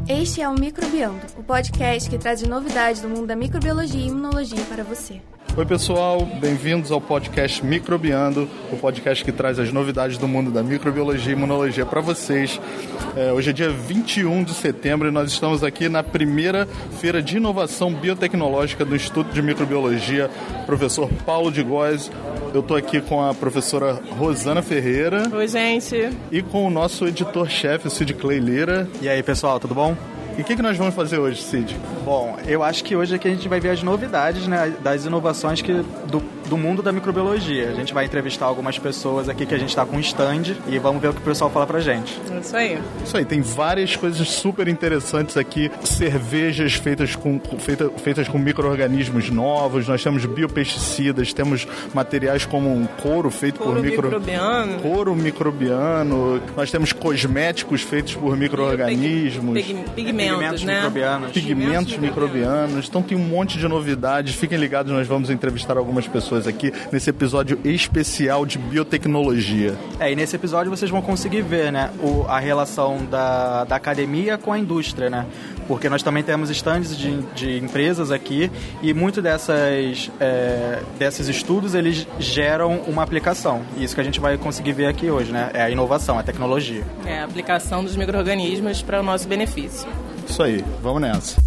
Este é o Microbiando, o podcast que traz novidades do mundo da microbiologia e imunologia para você. Oi pessoal, bem-vindos ao podcast Microbiando, o podcast que traz as novidades do mundo da microbiologia e imunologia para vocês. Hoje é dia 21 de setembro e nós estamos aqui na primeira feira de inovação biotecnológica do Instituto de Microbiologia, professor Paulo de Góes. Eu estou aqui com a professora Rosana Ferreira. Oi, gente. E com o nosso editor-chefe, o Cid Clay Lira. E aí, pessoal, tudo bom? E o que nós vamos fazer hoje, Cid? Bom, eu acho que hoje aqui a gente vai ver as novidades, né, das inovações do mundo da microbiologia. A gente vai entrevistar algumas pessoas aqui que a gente está com um stand e vamos ver o que o pessoal fala pra gente. Isso aí. Isso aí, tem várias coisas super interessantes aqui. Cervejas feitas com micro-organismos novos, nós temos biopesticidas, temos materiais como um couro feito por microbiano. Couro microbiano. Nós temos cosméticos feitos por micro-organismos. Pigmentos, né? Microbianos. Pigmentos microbianos. Então tem um monte de novidades. Fiquem ligados, nós vamos entrevistar algumas pessoas aqui nesse episódio especial de biotecnologia. E nesse episódio vocês vão conseguir ver, né, a relação da academia com a indústria, né? Porque nós também temos estandes de empresas aqui e muito desses estudos, eles geram uma aplicação. E isso que a gente vai conseguir ver aqui hoje, né? É a inovação, a tecnologia. É a aplicação dos micro-organismos para o nosso benefício. Isso aí, vamos nessa.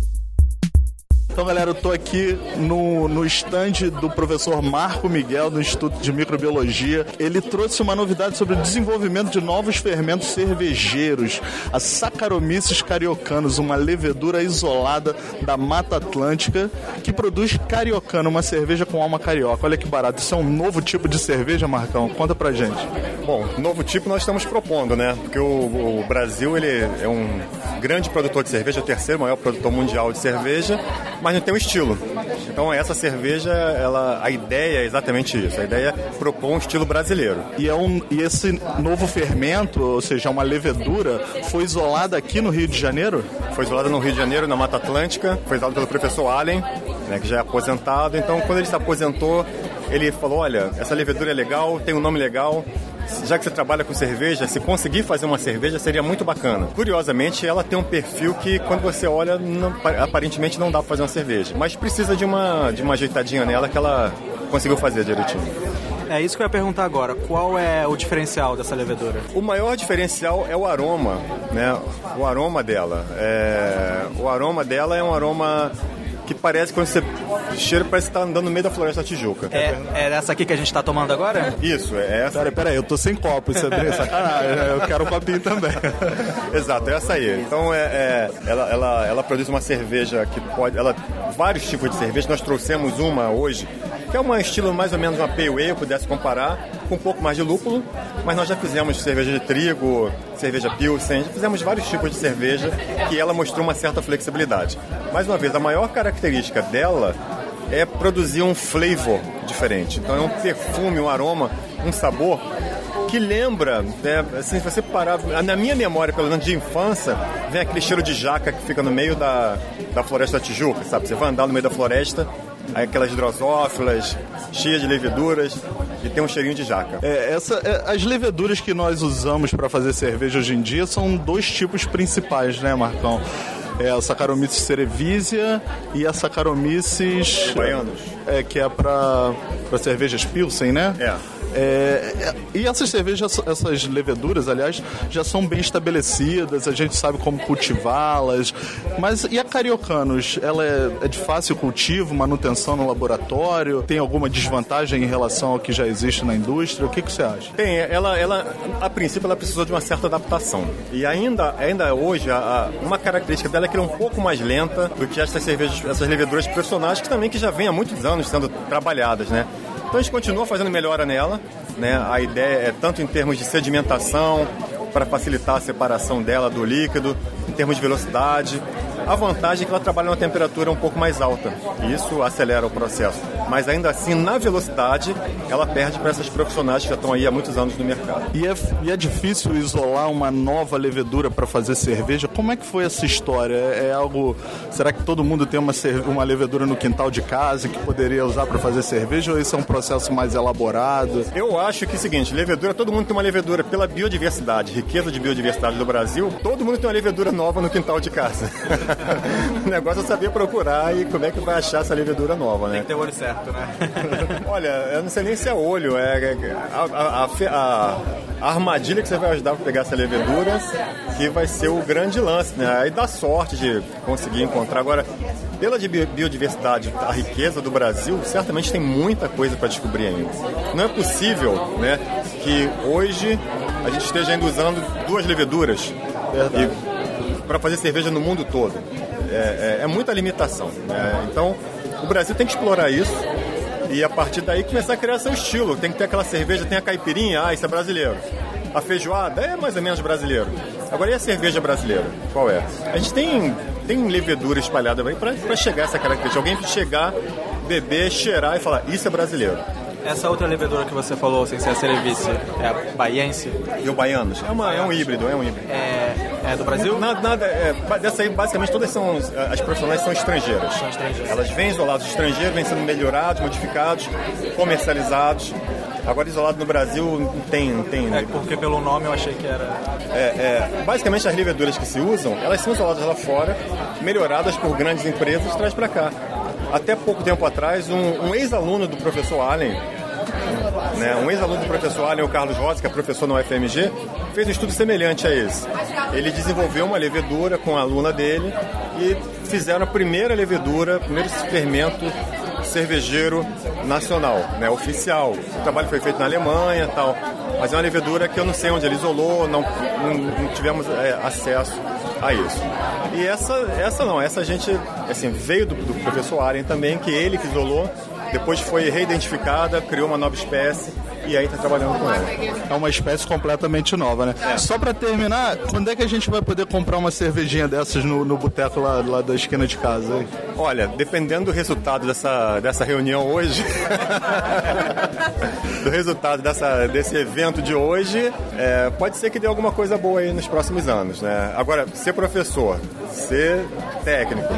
Então, galera, eu estou aqui no stand do professor Marco Miguel, do Instituto de Microbiologia. Ele trouxe uma novidade sobre o desenvolvimento de novos fermentos cervejeiros, a Saccharomyces cariocanus, uma levedura isolada da Mata Atlântica que produz Cariocano, uma cerveja com alma carioca. Olha que barato. Isso é um novo tipo de cerveja, Marcão? Conta pra gente. Bom, novo tipo nós estamos propondo, né? Porque o Brasil, ele é um grande produtor de cerveja, o terceiro maior produtor mundial de cerveja, mas não tem um estilo. Então essa cerveja, a ideia é exatamente isso. A ideia é propor um estilo brasileiro. E esse novo fermento, ou seja, uma levedura, foi isolada aqui no Rio de Janeiro? Foi isolada no Rio de Janeiro, na Mata Atlântica. Foi isolada pelo professor Allen, né, que já é aposentado. Então quando ele se aposentou, ele falou, olha, essa levedura é legal, tem um nome legal. Já que você trabalha com cerveja, se conseguir fazer uma cerveja seria muito bacana. Curiosamente, ela tem um perfil que quando você olha, aparentemente não dá para fazer uma cerveja. Mas precisa de uma ajeitadinha nela que ela conseguiu fazer direitinho. É isso que eu ia perguntar agora. Qual é o diferencial dessa levedura? O maior diferencial é o aroma, né? O aroma dela. O aroma dela é um aroma que parece que quando você cheira, parece que tá andando no meio da Floresta da Tijuca. É essa aqui que a gente tá tomando agora? Isso, é essa. Peraí, eu tô sem copo, isso é bem sacanagem, eu quero um copinho também. Exato, é essa aí. Então ela produz uma cerveja que pode... vários tipos de cerveja, nós trouxemos uma hoje, que é um estilo mais ou menos uma pale ale, pudesse comparar, com um pouco mais de lúpulo, mas nós já fizemos cerveja de trigo, cerveja pilsen, já fizemos vários tipos de cerveja que ela mostrou uma certa flexibilidade. Mais uma vez, a maior característica dela é produzir um flavor diferente. Então é um perfume, um aroma, um sabor que lembra, assim, se você parar, na minha memória, pelo menos de infância, vem aquele cheiro de jaca que fica no meio da Floresta da Tijuca, sabe? Você vai andar no meio da floresta, aí aquelas drosófilas cheias de leveduras e tem um cheirinho de jaca. As leveduras que nós usamos para fazer cerveja hoje em dia são dois tipos principais, né, Marcão? A Saccharomyces cerevisiae e a Saccharomyces baianos, que é para cervejas Pilsen, né? E essas cervejas, essas leveduras, aliás, já são bem estabelecidas, a gente sabe como cultivá-las. Mas e a Cariocanus? Ela é de fácil cultivo, manutenção no laboratório? Tem alguma desvantagem em relação ao que já existe na indústria? O que você acha? Tem, a princípio ela precisou de uma certa adaptação. E ainda hoje, uma característica dela é que ela é um pouco mais lenta do que essas cervejas, essas leveduras profissionais que já vem há muitos anos sendo trabalhadas, né? Então a gente continua fazendo melhora nela, né? A ideia é tanto em termos de sedimentação, para facilitar a separação dela do líquido, em termos de velocidade. A vantagem é que ela trabalha numa temperatura um pouco mais alta, e isso acelera o processo. Mas ainda assim, na velocidade, ela perde para essas profissionais que já estão aí há muitos anos no mercado. E é difícil isolar uma nova levedura para fazer cerveja? Como é que foi essa história? É algo... Será que todo mundo tem uma levedura no quintal de casa que poderia usar para fazer cerveja, ou isso é um processo mais elaborado? Eu acho que é o seguinte, levedura, todo mundo tem uma levedura pela biodiversidade, riqueza de biodiversidade do Brasil, todo mundo tem uma levedura nova no quintal de casa. O negócio é saber procurar e como é que vai achar essa levedura nova, né? Tem que ter o olho certo, né? Olha, eu não sei nem se é olho, a armadilha que você vai ajudar para pegar essa levedura, que vai ser o grande lance, né? Aí dá sorte de conseguir encontrar. Agora, pela biodiversidade, a riqueza do Brasil, certamente tem muita coisa para descobrir ainda. Não é possível, né, que hoje a gente esteja ainda usando 2 leveduras para fazer cerveja no mundo todo. É muita limitação, né? Então, o Brasil tem que explorar isso e, a partir daí, começar a criar seu estilo. Tem que ter aquela cerveja, tem a caipirinha, isso é brasileiro. A feijoada é mais ou menos brasileiro. Agora, e a cerveja brasileira? Qual é? A gente tem levedura espalhada aí para chegar a essa característica. Alguém chegar, beber, cheirar e falar, isso é brasileiro. Essa outra levedura que você falou, sem ser a Cerevice, é a Baiense? E o Baianos? É um híbrido. É do Brasil? Nada. Dessa aí, basicamente, todas são... As profissionais são estrangeiras. Elas vêm isoladas, estrangeiros, vêm sendo melhorados, modificados, comercializados. Agora, isolado no Brasil, tem... Porque pelo nome eu achei que era... Basicamente, as leveduras que se usam, elas são isoladas lá fora, melhoradas por grandes empresas, traz para cá. Até pouco tempo atrás, um ex-aluno do professor Allen, né, o Carlos Rosa, que é professor na UFMG, fez um estudo semelhante a esse. Ele desenvolveu uma levedura com a aluna dele e fizeram a primeira levedura, o primeiro fermento cervejeiro nacional, né, oficial. O trabalho foi feito na Alemanha e tal, mas é uma levedura que eu não sei onde ele isolou, não tivemos acesso a isso. E essa a gente assim, veio do professor Aren também, que ele que isolou, depois foi reidentificada, criou uma nova espécie e aí está trabalhando com ela. É uma espécie completamente nova, né? Só para terminar, quando é que a gente vai poder comprar uma cervejinha dessas no boteco lá da esquina de casa? Hein? Olha, dependendo do resultado dessa reunião hoje, do resultado desse evento de hoje, pode ser que dê alguma coisa boa aí nos próximos anos, né? Agora, ser professor, ser técnico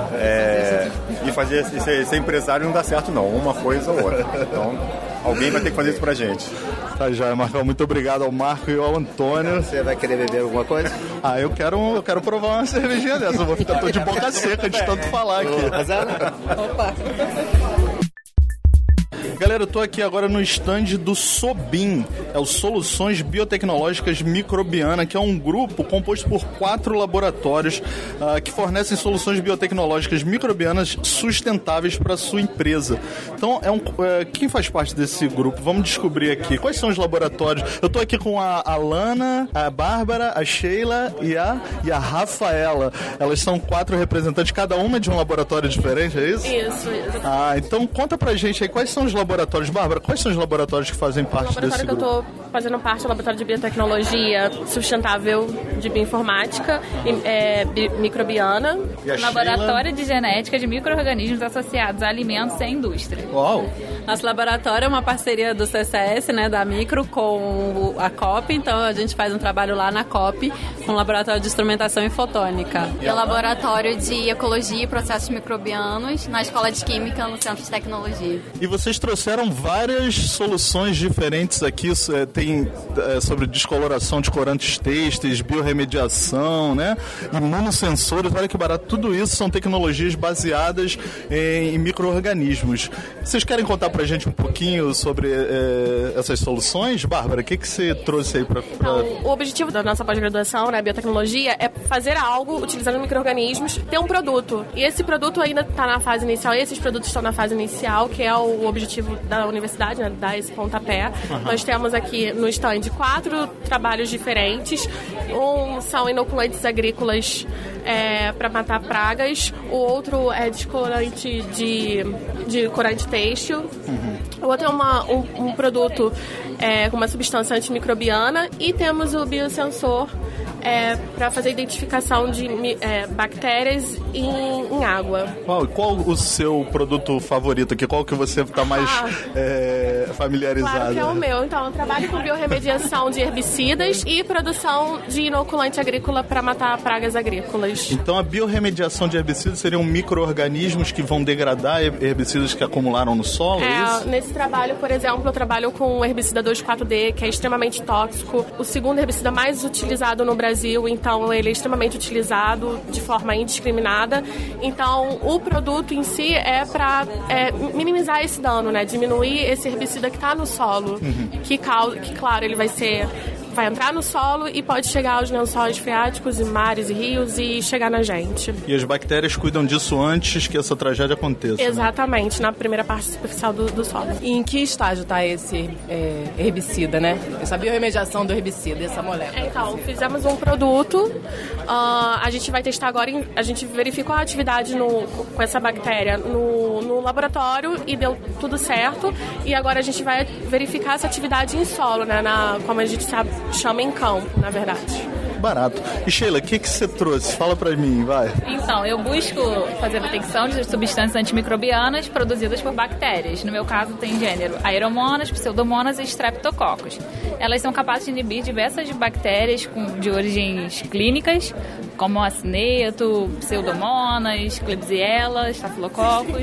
e ser empresário não dá certo não, uma coisa ou outra. Então, alguém vai ter que fazer isso pra gente. Tá já, Marcão. Muito obrigado ao Marco e ao Antônio. Você vai querer beber alguma coisa? Eu quero provar uma cervejinha dessa. Eu vou ficar todo de boca seca de tanto falar aqui. Opa! Galera, eu tô aqui agora no stand do Sobim, é o Soluções Biotecnológicas Microbiana, que é um grupo composto por 4 laboratórios que fornecem soluções biotecnológicas microbianas sustentáveis para a sua empresa. Então, quem faz parte desse grupo? Vamos descobrir aqui. Quais são os laboratórios? Eu tô aqui com a Alana, a Bárbara, a Sheila e a Rafaela. Elas são 4 representantes, cada uma de um laboratório diferente, é isso? Isso. Então conta pra gente aí, quais são os laboratórios? Bárbara, quais são os laboratórios que fazem parte desse grupo? O laboratório que eu estou fazendo parte é o Laboratório de Biotecnologia Sustentável de Bioinformática Microbiana. Laboratório de Genética de Micro-Organismos Associados a Alimentos e à Indústria. Uau! Nosso laboratório é uma parceria do CCS, né, da Micro, com a COP. Então, a gente faz um trabalho lá na COP, com o Laboratório de Instrumentação e Fotônica. E o Laboratório de Ecologia e Processos Microbianos, na Escola de Química, no Centro de Tecnologia. E vocês trouxeram várias soluções diferentes aqui, tem sobre descoloração de corantes têxteis, biorremediação, né? Imunossensores, olha que barato. Tudo isso são tecnologias baseadas em micro-organismos. Vocês querem contar pra gente um pouquinho sobre essas soluções? Bárbara, o que você trouxe aí pra... Então, o objetivo da nossa pós-graduação, né, biotecnologia, é fazer algo utilizando micro-organismos, ter um produto. E esse produto ainda está na fase inicial, esses produtos estão na fase inicial, que é o objetivo da universidade, né, dar esse pontapé. Nós temos aqui no stand 4 trabalhos diferentes. São inoculantes agrícolas para matar pragas, o outro é descolorante de corante têxtil, o outro é um produto com uma substância antimicrobiana, e temos o biosensor para fazer identificação de bactérias em água. Qual o seu produto favorito aqui? Qual que você está mais familiarizado? Claro que é o meu. Então, eu trabalho com biorremediação de herbicidas e produção de inoculante agrícola para matar pragas agrícolas. Então, a biorremediação de herbicidas seriam micro-organismos que vão degradar herbicidas que acumularam no solo, é isso? Nesse trabalho, por exemplo, eu trabalho com o herbicida 2,4-D, que é extremamente tóxico. O segundo herbicida mais utilizado no Brasil, então ele é extremamente utilizado de forma indiscriminada. Então, o produto em si é para minimizar esse dano, né? Diminuir esse herbicida que está no solo, que claro, ele vai entrar no solo e pode chegar aos lençóis freáticos e mares e rios e chegar na gente. E as bactérias cuidam disso antes que essa tragédia aconteça. Exatamente, né? Na primeira parte superficial do solo. E em que estágio está esse herbicida, né? Essa biorremediação do herbicida, essa molécula? Então, fizemos um produto, a gente vai testar agora, a gente verificou a atividade com essa bactéria no laboratório e deu tudo certo. E agora a gente vai verificar essa atividade em solo, né? Como a gente chama em campo, na verdade. Barato. E Sheila, o que você trouxe? Fala pra mim, vai. Então, eu busco fazer detecção de substâncias antimicrobianas produzidas por bactérias. No meu caso, tem gênero Aeromonas, Pseudomonas e Streptococcus. Elas são capazes de inibir diversas bactérias de origens clínicas, como acineto, Pseudomonas, Klebsiella, Staphylococcus.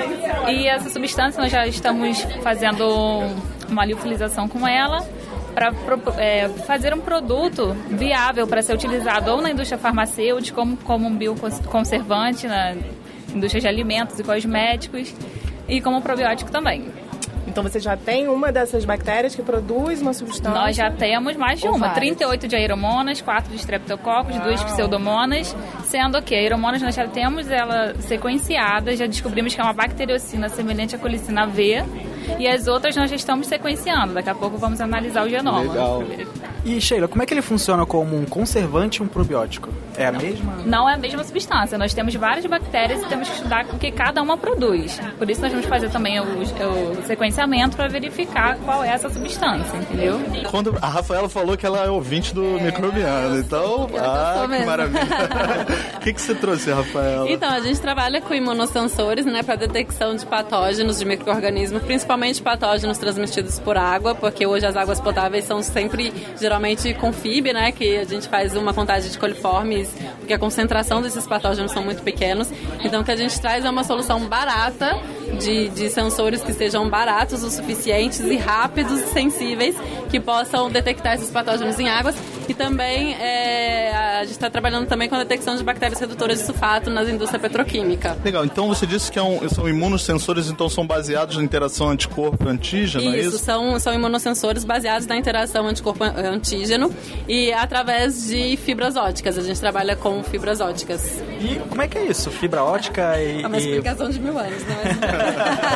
E essa substância nós já estamos fazendo uma liofilização com ela, para fazer um produto viável para ser utilizado ou na indústria farmacêutica, como um bioconservante na indústria de alimentos e cosméticos, e como probiótico também. Então você já tem uma dessas bactérias que produz uma substância? Nós já temos mais de uma. 38 de Aeromonas, 4 de Streptococcus, 2 Pseudomonas, sendo que a Aeromonas nós já temos ela sequenciada, já descobrimos que é uma bacteriocina semelhante à colicina V, e as outras nós já estamos sequenciando. Daqui a pouco vamos analisar o genoma. Legal. E Sheila, como é que ele funciona como um conservante e um probiótico? É a mesma? Não é a mesma substância. Nós temos várias bactérias e temos que estudar o que cada uma produz. Por isso nós vamos fazer também o sequenciamento para verificar qual é essa substância, entendeu? Quando a Rafaela falou que ela é ouvinte do Microbiano, então... que maravilha. O que você trouxe, Rafaela? Então, a gente trabalha com imunossensores, né, para detecção de patógenos de micro-organismos, principalmente patógenos transmitidos por água, porque hoje as águas potáveis são sempre, geralmente, com FIB, né, que a gente faz uma contagem de coliformes, porque a concentração desses patógenos são muito pequenos. Então, o que a gente traz é uma solução barata, de sensores que sejam baratos o suficientes e rápidos e sensíveis, que possam detectar esses patógenos em águas. E também a gente está trabalhando também com a detecção de bactérias redutoras de sulfato na indústria petroquímica. Legal, então você disse que são imunossensores, então são baseados na interação anticorpo-antígeno, é isso? São imunossensores baseados na interação anticorpo-antígeno e através de fibras ópticas. A gente trabalha com fibras ópticas. E como é que é isso? Fibra óptica e... É uma explicação de 1000 anos, né?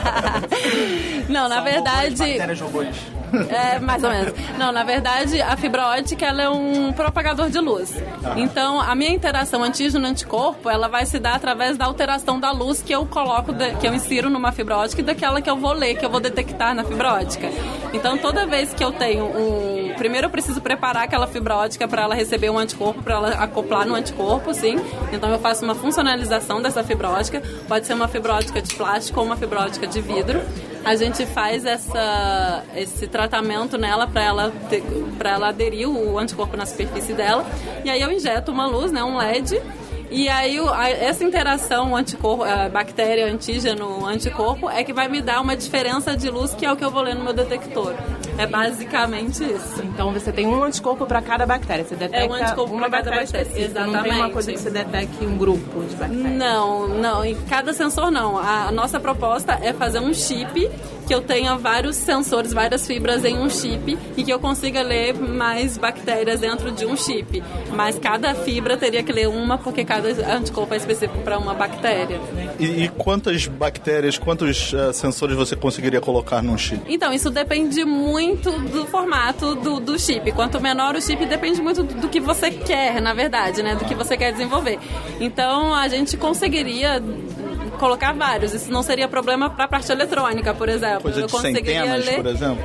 Não, na verdade... Bactérias robôs. Mais ou menos. Não, na verdade, a fibra óptica ela é um propagador de luz. Então, a minha interação antígeno-anticorpo, ela vai se dar através da alteração da luz que eu coloco, que eu insiro numa fibra óptica e daquela que eu vou ler, que eu vou detectar na fibra óptica. Então, toda vez que eu tenho primeiro eu preciso preparar aquela fibra óptica para ela receber um anticorpo, para ela acoplar no anticorpo, sim. Então, eu faço uma funcionalização dessa fibra óptica. Pode ser uma fibra óptica de plástico ou uma fibra óptica de vidro. A gente faz esse tratamento nela para ela aderir o anticorpo na superfície dela. E aí eu injeto uma luz, né, um LED. E aí essa interação bactéria, antígeno, anticorpo é que vai me dar uma diferença de luz, que é o que eu vou ler no meu detector. É basicamente isso. Então você tem um anticorpo para cada bactéria. Você detecta um anticorpo para cada bactéria. Exatamente. Não tem uma coisa que você detecte um grupo de bactérias. Não. Em cada sensor não. A nossa proposta é fazer um chip que eu tenha vários sensores, várias fibras em um chip e que eu consiga ler mais bactérias dentro de um chip. Mas cada fibra teria que ler uma, porque cada anticorpo é específico para uma bactéria. E quantas bactérias, quantos sensores você conseguiria colocar num chip? Então, isso depende muito do formato do chip. Quanto menor o chip, depende muito do que você quer, na verdade, né? Do que você quer desenvolver. Então, a gente conseguiria colocar vários. Isso não seria problema para a parte eletrônica, por exemplo. Coisa de centenas, por exemplo?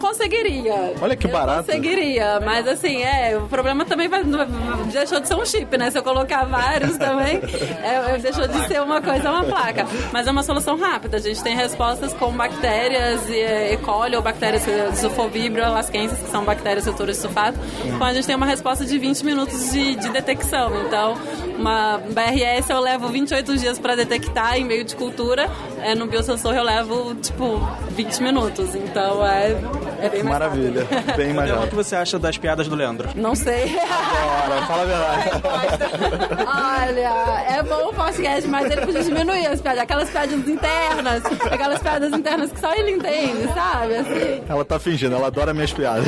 conseguiria. Olha que barato. Conseguiria, mas assim, o problema também deixou de ser um chip, né? Se eu colocar vários também, deixou de ser uma coisa, uma placa. Mas é uma solução rápida. A gente tem respostas com bactérias E. coli ou bactérias Sulfovibrio alaskensis, que são bactérias redutoras de sulfato. Então a gente tem uma resposta de 20 minutos de detecção. Então, uma BRS eu levo 28 dias para detectar em meio de cultura. No biosensor eu levo, 20 minutos. Então é bem mais Maravilha, rápido. bem mais O rápido. que você acha das piadas do Leandro? Não sei. Agora, fala a verdade. Olha, é bom o podcast, mas ele podia diminuir as piadas. Aquelas piadas internas que só ele entende, sabe? Assim. Ela tá fingindo, ela adora minhas piadas.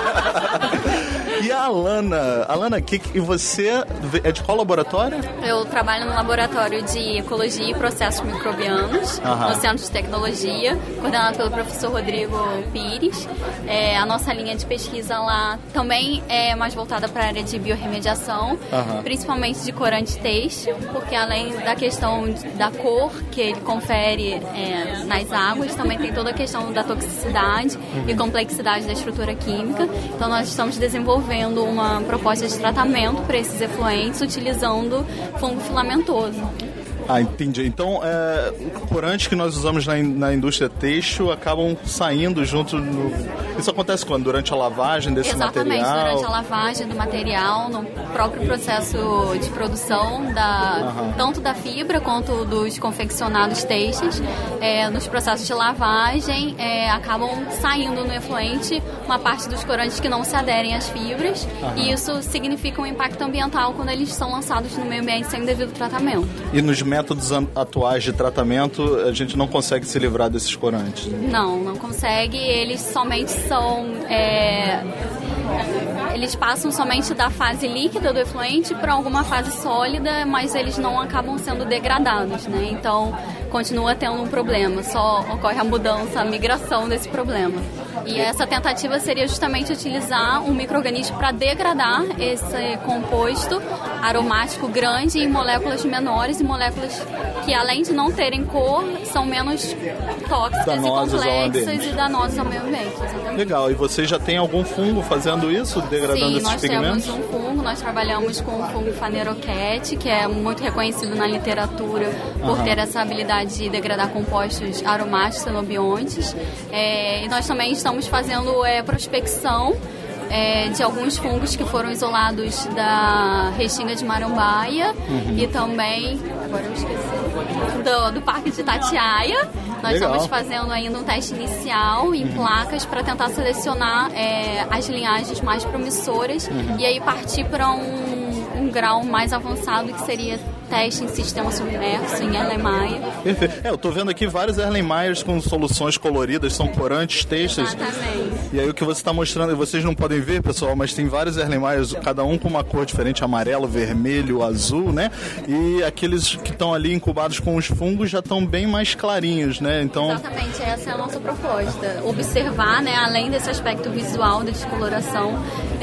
E a Alana? Alana, e você é de qual laboratório? Eu trabalho no laboratório de Ecologia e Processos Microbianos, no Centro de Tecnologia, coordenado pelo professor Rodrigo Pires. A nossa linha de pesquisa lá também é mais voltada para a área de biorremediação, principalmente de corante têxtil, porque além da questão da cor que ele confere nas águas, também tem toda a questão da toxicidade e complexidade da estrutura química. Então nós estamos desenvolvendo uma proposta de tratamento para esses efluentes utilizando fungo filamentoso. Entendi. Então, corantes que nós usamos na indústria têxtil acabam saindo junto no... Isso acontece quando? Durante a lavagem desse material? Exatamente, durante a lavagem do material, no próprio processo de produção, tanto da fibra quanto dos confeccionados têxteis. Nos processos de lavagem, acabam saindo no efluente uma parte dos corantes que não se aderem às fibras, e isso significa um impacto ambiental quando eles são lançados no meio ambiente sem devido tratamento. E nos métodos atuais de tratamento, a gente não consegue se livrar desses corantes? Não consegue. Eles somente são... Eles passam somente da fase líquida do efluente para alguma fase sólida, mas eles não acabam sendo degradados, né? Então, continua tendo um problema. Só ocorre a mudança, a migração desse problema. E essa tentativa seria justamente utilizar um micro-organismo para degradar esse composto aromático grande em moléculas menores e moléculas que, além de não terem cor, são menos tóxicas danosas e complexas e danosas ao meio ambiente. Exatamente. Legal. E você já tem algum fungo fazendo isso, degradando esses pigmentos? Sim, nós temos um fungo. Nós trabalhamos com o fungo Phanerocat, que é muito reconhecido na literatura por ter essa habilidade de degradar compostos aromáticos xenobiontes. E nós também estamos fazendo prospecção de alguns fungos que foram isolados da Restinga de Marambaia e também, agora eu esqueci, do Parque de Itatiaia. Nós estamos fazendo ainda um teste inicial em placas para tentar selecionar as linhagens mais promissoras e aí partir para um grau mais avançado, que seria teste em sistema submerso, em Erlenmeyer. Perfeito. Eu tô vendo aqui vários Erlenmeyers com soluções coloridas, são corantes têxteis. Exatamente. E aí o que você está mostrando, vocês não podem ver, pessoal, mas tem vários Erlenmeyers, cada um com uma cor diferente, amarelo, vermelho, azul, né? E aqueles que estão ali incubados com os fungos já estão bem mais clarinhos, né? Então... Exatamente, essa é a nossa proposta. Observar, né, além desse aspecto visual da descoloração,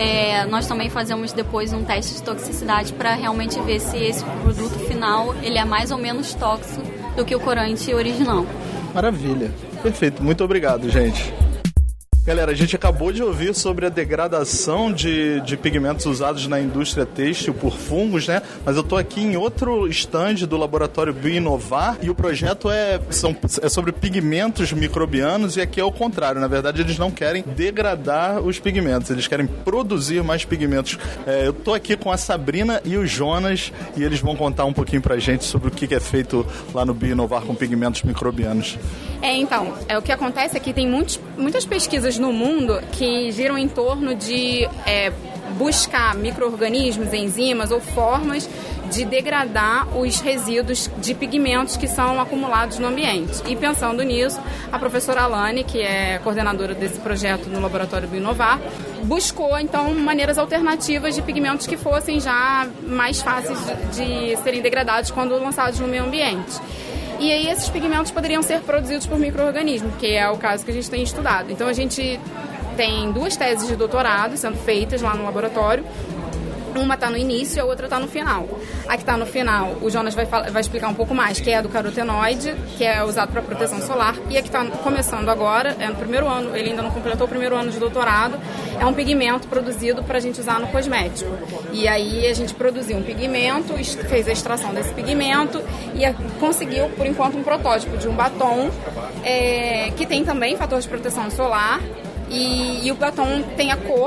nós também fazemos depois um teste de toxicidade para realmente ver se esse produto final ele é mais ou menos tóxico do que o corante original. Maravilha. Perfeito. Muito obrigado, gente. Galera, a gente acabou de ouvir sobre a degradação de pigmentos usados na indústria têxtil por fungos, né? Mas eu tô aqui em outro stand do laboratório Bioinovar e o projeto é sobre pigmentos microbianos, e aqui é o contrário. Na verdade, eles não querem degradar os pigmentos, eles querem produzir mais pigmentos. Eu tô aqui com a Sabrina e o Jonas e eles vão contar um pouquinho pra gente sobre o que é feito lá no Bioinovar com pigmentos microbianos. Então, o que acontece é que tem muitas pesquisas no mundo que giram em torno de buscar micro-organismos, enzimas ou formas de degradar os resíduos de pigmentos que são acumulados no ambiente. E pensando nisso, a professora Alane, que é coordenadora desse projeto no Laboratório Bioinovar, buscou, então, maneiras alternativas de pigmentos que fossem já mais fáceis de serem degradados quando lançados no meio ambiente. E aí esses pigmentos poderiam ser produzidos por micro-organismos, que é o caso que a gente tem estudado. Então a gente tem 2 teses de doutorado sendo feitas lá no laboratório Uma está no início e a outra está no final. A que está no final, o Jonas vai explicar um pouco mais, que é a do carotenoide, que é usado para proteção solar. E a que está começando agora, é no primeiro ano, ele ainda não completou o primeiro ano de doutorado, é um pigmento produzido para a gente usar no cosmético. E aí a gente produziu um pigmento, fez a extração desse pigmento e conseguiu, por enquanto, um protótipo de um batom que tem também fator de proteção solar. E o batom tem a cor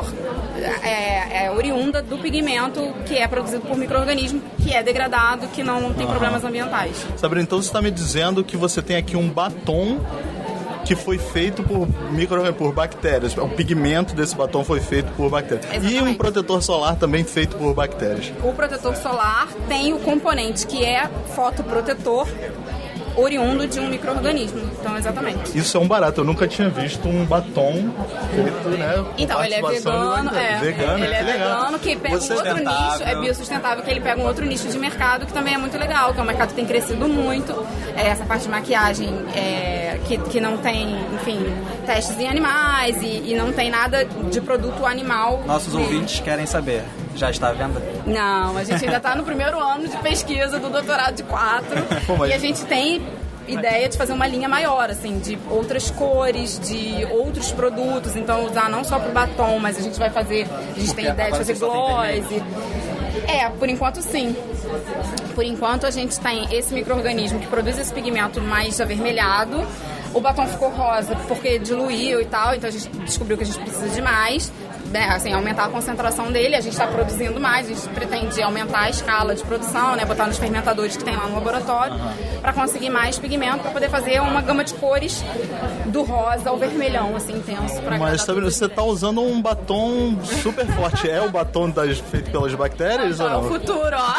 oriunda do pigmento que é produzido por micro-organismo, que é degradado, que não tem problemas ambientais. Sabrina, então você está me dizendo que você tem aqui um batom que foi feito por bactérias. O pigmento desse batom foi feito por bactérias. Exatamente. E um protetor solar também feito por bactérias. O protetor solar tem o componente que é fotoprotetor, oriundo de um micro-organismo. Então, exatamente. Isso é um barato. Eu nunca tinha visto um batom feito, né? Então, ele é vegano. Ele é vegano, que pega um outro nicho, é biossustentável, que ele pega um outro nicho de mercado, que também é muito legal, que é um mercado que tem crescido muito. Essa parte de maquiagem que não tem, enfim, testes em animais e não tem nada de produto animal. Nossos ouvintes querem saber. Já está à venda? Não, a gente ainda está no primeiro ano de pesquisa do doutorado de 4 e a gente tem ideia de fazer uma linha maior, assim, de outras cores, de outros produtos, então usar não só para o batom, mas a gente tem ideia de fazer gloss. Por enquanto sim. Por enquanto a gente tem esse micro-organismo que produz esse pigmento mais avermelhado. O batom ficou rosa porque diluiu e tal, então a gente descobriu que a gente precisa de mais, né, assim, aumentar a concentração dele. A gente está produzindo mais, a gente pretende aumentar a escala de produção, né, botar nos fermentadores que tem lá no laboratório, para conseguir mais pigmento, para poder fazer uma gama de cores do rosa ao vermelhão, assim, intenso. Mas você está usando um batom super forte. É o batom feito pelas bactérias ou não? É o futuro, ó.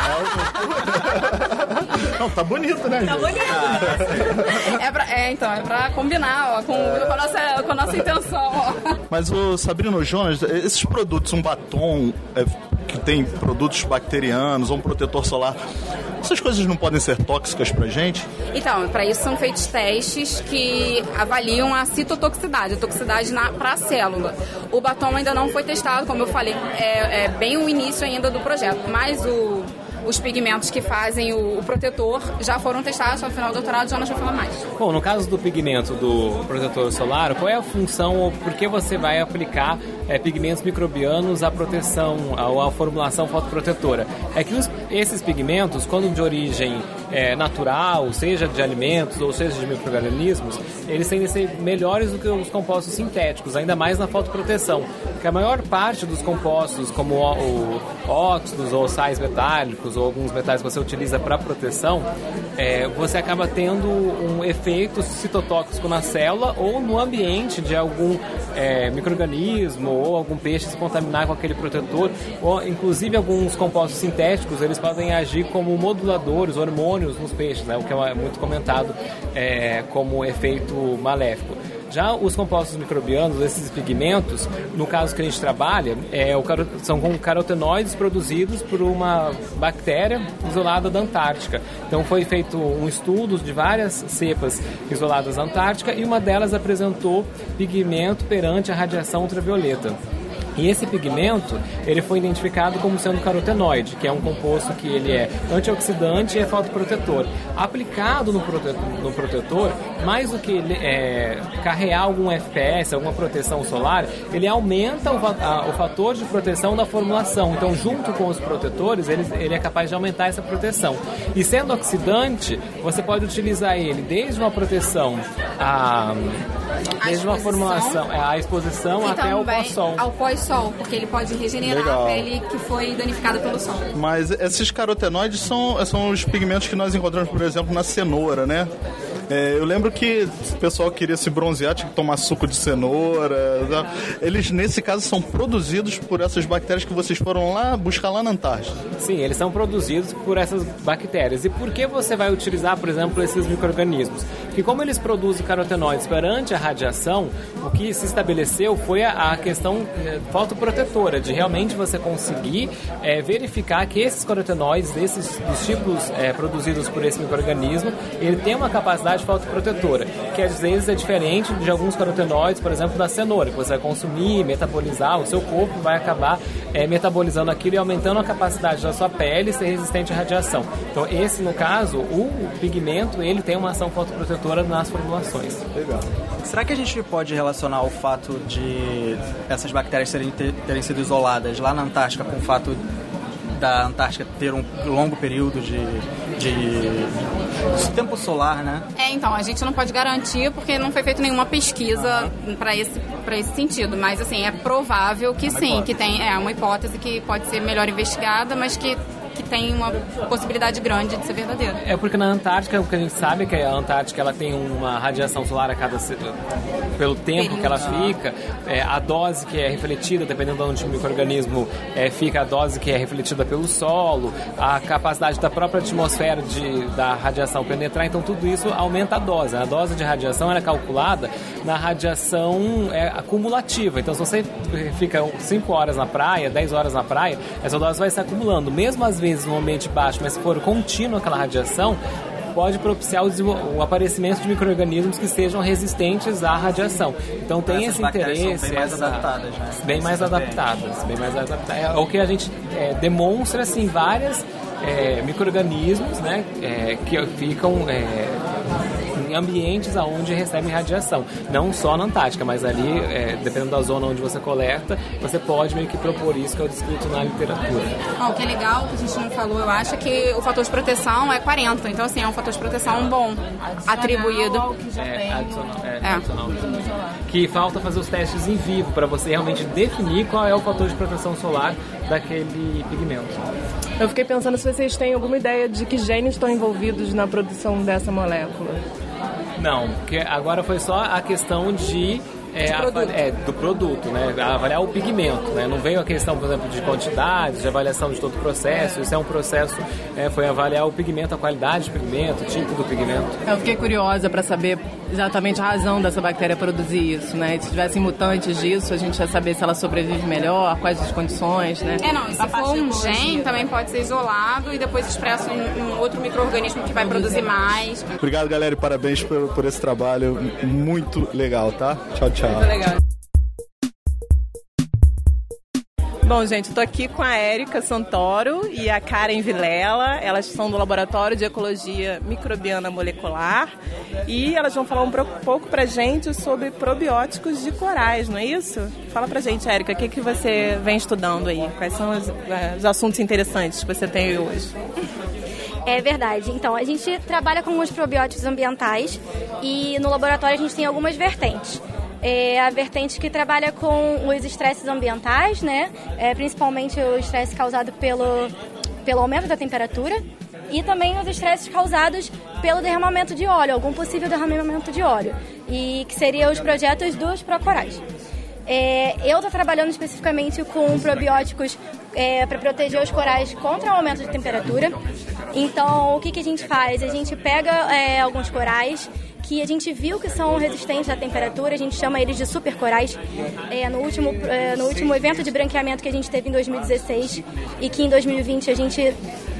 Não, tá bonito, né, gente? Tá bonito. Então, é pra combinar, ó, com a nossa intenção, ó. Mas, Sabrina, Jonas, esses produtos, um batom que tem produtos bacterianos ou um protetor solar, essas coisas não podem ser tóxicas pra gente? Então, para isso são feitos testes que avaliam a citotoxicidade, a toxicidade para a célula. O batom ainda não foi testado, como eu falei, é bem o início ainda do projeto, mas os pigmentos que fazem o protetor já foram testados, no final do doutorado já não vai falar mais. Bom, no caso do pigmento do protetor solar, qual é a função ou por que você vai aplicar pigmentos microbianos à proteção, à formulação fotoprotetora? É que esses pigmentos, quando de origem natural, seja de alimentos ou seja de micro-organismos, eles tendem a ser melhores do que os compostos sintéticos, ainda mais na fotoproteção. Porque a maior parte dos compostos, como óxidos ou sais metálicos ou alguns metais que você utiliza para proteção, você acaba tendo um efeito citotóxico na célula ou no ambiente de algum micro-organismo ou algum peixe se contaminar com aquele protetor, ou inclusive alguns compostos sintéticos, eles podem agir como moduladores, hormônios nos peixes, né? O que é muito comentado como efeito maléfico. Já os compostos microbianos, esses pigmentos, no caso que a gente trabalha, são com carotenoides produzidos por uma bactéria isolada da Antártica. Então foi feito um estudo de várias cepas isoladas da Antártica e uma delas apresentou pigmento perante a radiação ultravioleta. E esse pigmento, ele foi identificado como sendo carotenoide, que é um composto que ele é antioxidante e é fotoprotetor. Aplicado no protetor, mais do que ele carregar algum FPS, alguma proteção solar, ele aumenta o fator de proteção da formulação. Então, junto com os protetores, ele é capaz de aumentar essa proteção. E sendo oxidante, você pode utilizar ele desde uma proteção desde uma formulação, a exposição e até o pós-sol. Ao pós-sol, porque ele pode regenerar a pele que foi danificada pelo sol. Mas esses carotenoides são os pigmentos que nós encontramos, por exemplo, na cenoura, né? Eu lembro que o pessoal queria se bronzear, tinha que tomar suco de cenoura. Eles, nesse caso, são produzidos por essas bactérias que vocês foram buscar lá na Antártida. Sim, eles são produzidos por essas bactérias. E por que você vai utilizar, por exemplo, esses micro-organismos? que como eles produzem carotenoides perante a radiação, o que se estabeleceu foi a questão fotoprotetora, de realmente você conseguir verificar que esses carotenoides, dos tipos produzidos por esse micro-organismo, ele tem uma capacidade fotoprotetora, que às vezes é diferente de alguns carotenoides, por exemplo, da cenoura, que você vai consumir, metabolizar, o seu corpo vai acabar metabolizando aquilo e aumentando a capacidade da sua pele ser resistente à radiação. Então esse, no caso, o pigmento, ele tem uma ação fotoprotetora nas formulações. Legal. Será que a gente pode relacionar o fato de essas bactérias terem sido isoladas lá na Antártica com o fato da Antártica ter um longo período de tempo solar, né? Então, a gente não pode garantir porque não foi feita nenhuma pesquisa para esse sentido, mas assim, é provável que sim, que tem uma hipótese que pode ser melhor investigada, mas que tem uma possibilidade grande de ser verdadeira. É porque na Antártica, o que a gente sabe é que a Antártica ela tem uma radiação solar pelo tempo que ela fica, a dose que é refletida, dependendo de onde o micro-organismo fica, a dose que é refletida pelo solo, a capacidade da própria atmosfera da radiação penetrar, então tudo isso aumenta a dose. A dose de radiação é calculada na radiação acumulativa. Então, se você fica 5 horas na praia, 10 horas na praia, essa dose vai se acumulando. Mesmo às vezes num ambiente baixo, mas se for contínuo aquela radiação, pode propiciar o aparecimento de micro-organismos que sejam resistentes à radiação. Então tem esse interesse. São bem mais adaptadas, né? Bem mais adaptadas. É o que a gente demonstra, assim, várias micro-organismos, né, que ficam em ambientes onde recebem radiação. Não só na Antártica, mas ali, dependendo da zona onde você coleta, você pode meio que propor isso que é descrito na literatura. O que é legal, que a gente não falou, eu acho, é que o fator de proteção é 40. Então, assim, é um fator de proteção bom, atribuído. Adicional. Que falta fazer os testes em vivo, para você realmente definir qual é o fator de proteção solar daquele pigmento. Eu fiquei pensando se vocês têm alguma ideia de que genes estão envolvidos na produção dessa molécula. Não, porque agora foi só a questão do produto, né? Avaliar o pigmento, né? Não veio a questão, por exemplo, de quantidades, de avaliação de todo o processo. Isso é um processo, foi avaliar o pigmento, a qualidade do pigmento, o tipo do pigmento. Eu fiquei curiosa para saber exatamente a razão dessa bactéria produzir isso, né? Se tivessem mutantes disso, a gente ia saber se ela sobrevive melhor, quais as condições, né? Se for um gene, também pode ser isolado e depois expresso em um outro micro-organismo que vai produzir mais. Obrigado, galera, e parabéns por esse trabalho muito legal, tá? Tchau, tchau. Muito legal. Bom, gente, estou aqui com a Érica Santoro e a Karen Vilela. Elas são do Laboratório de Ecologia Microbiana Molecular e elas vão falar um pouco pra gente sobre probióticos de corais, não é isso? Fala pra gente, Érica, o que você vem estudando aí? Quais são os assuntos interessantes que você tem hoje? É verdade. Então, a gente trabalha com os probióticos ambientais e no laboratório a gente tem algumas vertentes. A vertente que trabalha com os estresses ambientais, né? Principalmente o estresse causado pelo aumento da temperatura e também os estresses causados pelo derramamento de óleo, algum possível derramamento de óleo, e que seriam os projetos dos procorais. Eu estou trabalhando especificamente com probióticos para proteger os corais contra o aumento de temperatura. Então, o que a gente faz? A gente pega alguns corais que a gente viu que são resistentes à temperatura, a gente chama eles de supercorais. No último evento de branqueamento que a gente teve em 2016 e que em 2020 a gente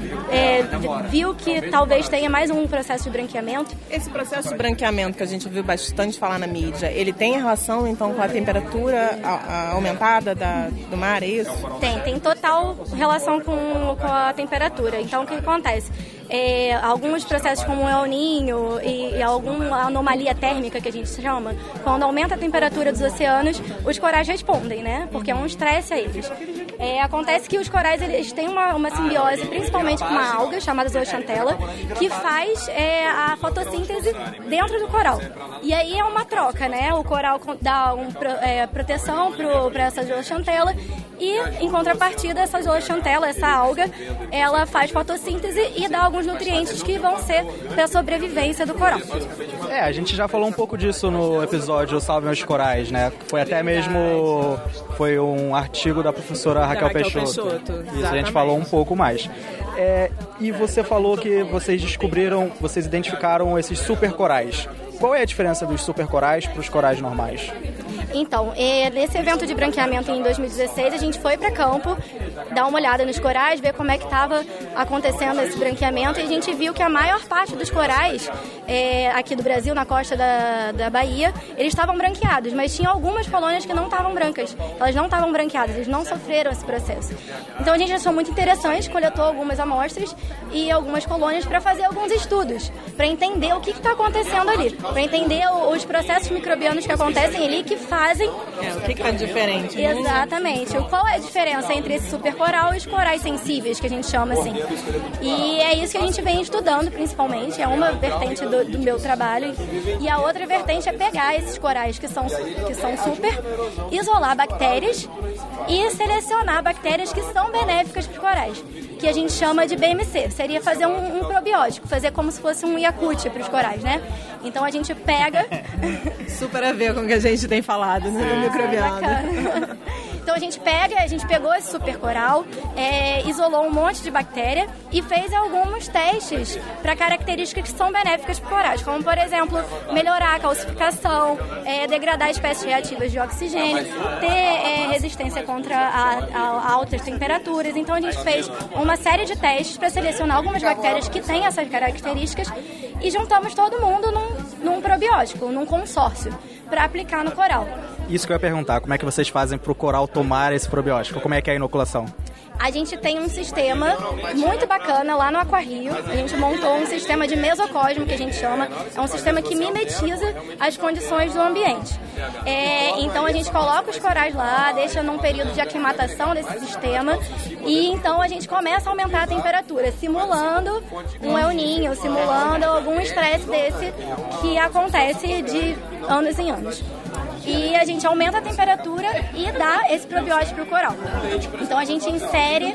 viu que talvez tenha mais um processo de branqueamento. Esse processo de branqueamento que a gente viu bastante falar na mídia, ele tem relação então com a temperatura aumentada do mar, é isso? Tem total relação com a temperatura. Então o que acontece? Alguns processos como o El Niño e alguma anomalia térmica que a gente chama, quando aumenta a temperatura dos oceanos, os corais respondem, né? Porque é um estresse a eles. Acontece que os corais eles têm uma simbiose, principalmente com uma alga chamada zooxanthella, que faz a fotossíntese dentro do coral. E aí é uma troca, né? O coral dá proteção para essa zooxanthella e, em contrapartida, essa zooxanthella, essa alga, ela faz fotossíntese e dá alguns nutrientes que vão ser para a sobrevivência do coral. A gente já falou um pouco disso no episódio Salve Meus Corais, né? Foi até mesmo um artigo da professora Raquel Peixoto. Isso, a gente falou um pouco mais. E você falou que vocês identificaram esses super corais. qual é a diferença dos supercorais para os corais normais? Então, nesse evento de branqueamento em 2016, a gente foi para campo, dar uma olhada nos corais, ver como é que estava acontecendo esse branqueamento, e a gente viu que a maior parte dos corais aqui do Brasil, na costa da Bahia, eles estavam branqueados, mas tinha algumas colônias que não estavam brancas, elas não estavam branqueadas, eles não sofreram esse processo. Então a gente achou muito interessante, coletou algumas amostras e algumas colônias para fazer alguns estudos, para entender o que está acontecendo ali, para entender os processos microbianos que acontecem ali, que fazem... O que está diferente? Né? Exatamente. Qual é a diferença entre esse supercoral e os corais sensíveis, que a gente chama assim? E é isso que a gente vem estudando, principalmente. É uma vertente do meu trabalho. E a outra vertente é pegar esses corais que são super, isolar bactérias e selecionar bactérias que são benéficas para os corais, que a gente chama de BMC. Seria fazer um probiótico, fazer como se fosse um Yakult para os corais, né? Então a gente pega... Super a ver com o que a gente tem falado, né? No microbiano. Então a gente pegou esse supercoral, isolou um monte de bactéria e fez alguns testes para características que são benéficas para os corais, como por exemplo, melhorar a calcificação, degradar espécies reativas de oxigênio, ter resistência contra a altas temperaturas. Então a gente fez uma série de testes para selecionar algumas bactérias que têm essas características e juntamos todo mundo num probiótico, num consórcio, para aplicar no coral. Isso que eu ia perguntar, como é que vocês fazem para o coral tomar esse probiótico? Como é que é a inoculação? A gente tem um sistema muito bacana lá no Aquarrio. A gente montou um sistema de mesocosmo, que a gente chama. É um sistema que mimetiza as condições do ambiente. Então a gente coloca os corais lá, deixa num período de aclimatação desse sistema, e então a gente começa a aumentar a temperatura, simulando um El Niño, simulando algum estresse desse que acontece de anos em anos. E a gente aumenta a temperatura e dá esse probiótico para o coral. Então a gente insere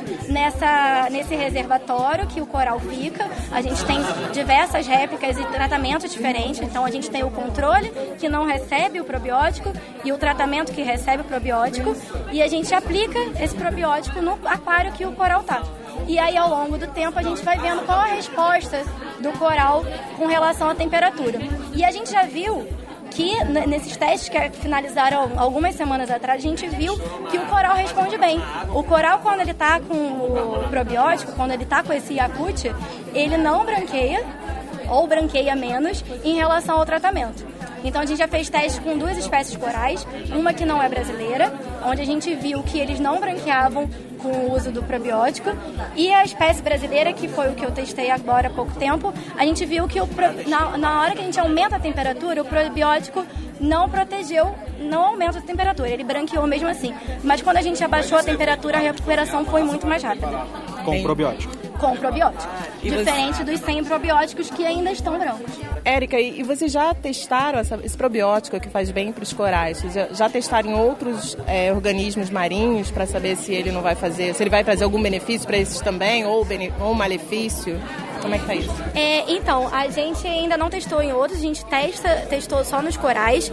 nesse reservatório que o coral fica. A gente tem diversas réplicas e tratamentos diferentes. Então a gente tem o controle, que não recebe o probiótico, e o tratamento, que recebe o probiótico. E a gente aplica esse probiótico no aquário que o coral está. E aí, ao longo do tempo, a gente vai vendo qual a resposta do coral com relação à temperatura. E a gente já viu que nesses testes que finalizaram algumas semanas atrás, a gente viu que o coral responde bem. O coral, quando ele está com o probiótico, quando ele está com esse Yakult, ele não branqueia, ou branqueia menos, em relação ao tratamento. Então a gente já fez testes com 2 espécies corais, uma que não é brasileira, onde a gente viu que eles não branqueavam com o uso do probiótico, e a espécie brasileira, que foi o que eu testei agora há pouco tempo, a gente viu que na hora que a gente aumenta a temperatura, o probiótico não protegeu, não aumenta a temperatura, ele branqueou mesmo assim. Mas quando a gente abaixou a temperatura, a recuperação foi muito mais rápida. Com o probiótico? Com o probiótico. Diferente dos 100 probióticos que ainda estão brancos. Érica, e vocês já testaram esse probiótico que faz bem para os corais? Vocês já testaram em outros organismos marinhos para saber se ele vai trazer algum benefício para esses também, ou malefício? Como é que tá isso? Então, a gente ainda não testou em outros, a gente testou só nos corais,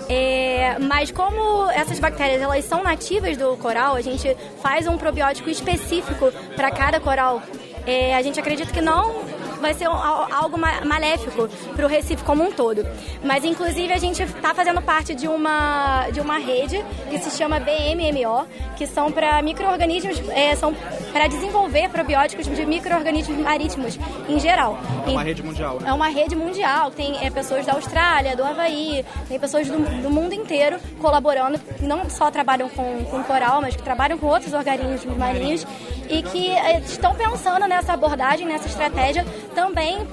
mas como essas bactérias elas são nativas do coral, a gente faz um probiótico específico para cada coral. A gente acredita que não vai ser algo maléfico para o Recife como um todo. Mas, inclusive, a gente está fazendo parte de uma rede que se chama BMMO, que são para micro-organismos, são para desenvolver probióticos de micro-organismos marítimos em geral. É uma rede mundial, né? É uma rede mundial. Tem pessoas da Austrália, do Havaí, tem pessoas do mundo inteiro colaborando, que não só trabalham com coral, mas que trabalham com outros organismos marinhos e que estão pensando nessa abordagem, nessa estratégia também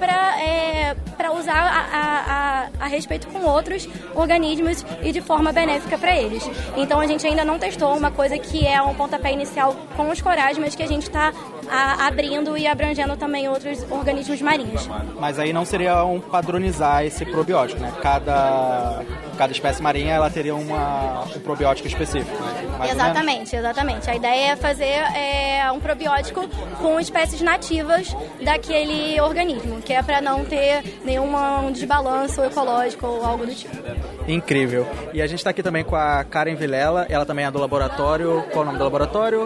para usar a respeito com outros organismos e de forma benéfica para eles. Então a gente ainda não testou uma coisa que é um pontapé inicial com os corais, mas que a gente está abrindo e abrangendo também outros organismos marinhos. Mas aí não seria padronizar esse probiótico, né? Cada espécie marinha ela teria um probiótico específico. Exatamente. A ideia é fazer um probiótico com espécies nativas daquele organismo, que é para não ter nenhum desbalanço ecológico ou algo do tipo. Incrível. E a gente está aqui também com a Karen Vilela, ela também é do laboratório. Qual é o nome do laboratório?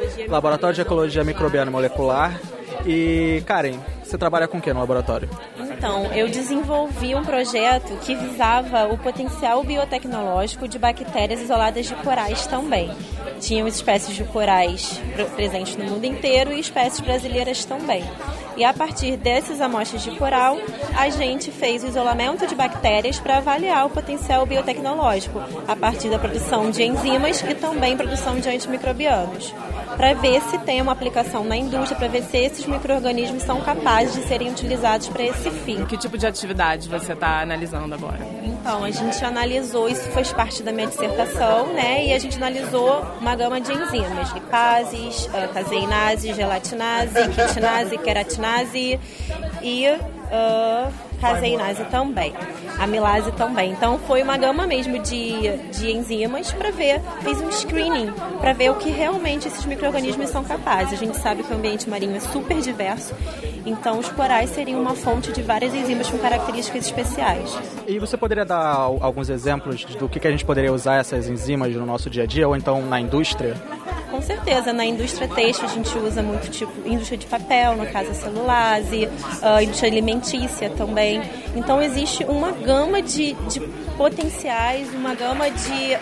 Laboratório de Ecologia Microbiana Molecular. E, Karen, você trabalha com o que no laboratório? Então, eu desenvolvi um projeto que visava o potencial biotecnológico de bactérias isoladas de corais também. Tinham espécies de corais presentes no mundo inteiro e espécies brasileiras também. E a partir dessas amostras de coral, a gente fez o isolamento de bactérias para avaliar o potencial biotecnológico, a partir da produção de enzimas e também produção de antimicrobianos, para ver se tem uma aplicação na indústria, para ver se esses micro-organismos são capazes de serem utilizados para esse fim. Que tipo de atividade você está analisando agora? Então, a gente analisou, isso faz parte da minha dissertação, né? E a gente analisou uma gama de enzimas, lipases, caseinase, gelatinase, quitinase, queratinase e caseinase também, amilase também. Então foi uma gama mesmo de enzimas para ver, fez um screening para ver o que realmente esses micro-organismos são capazes. A gente sabe que o ambiente marinho é super diverso, então os corais seriam uma fonte de várias enzimas com características especiais. E você poderia dar alguns exemplos do que a gente poderia usar essas enzimas no nosso dia a dia ou então na indústria? Com certeza, na indústria têxtil a gente usa muito tipo indústria de papel, no caso a celulase, indústria alimentícia também. Então existe uma gama de potenciais, uma gama de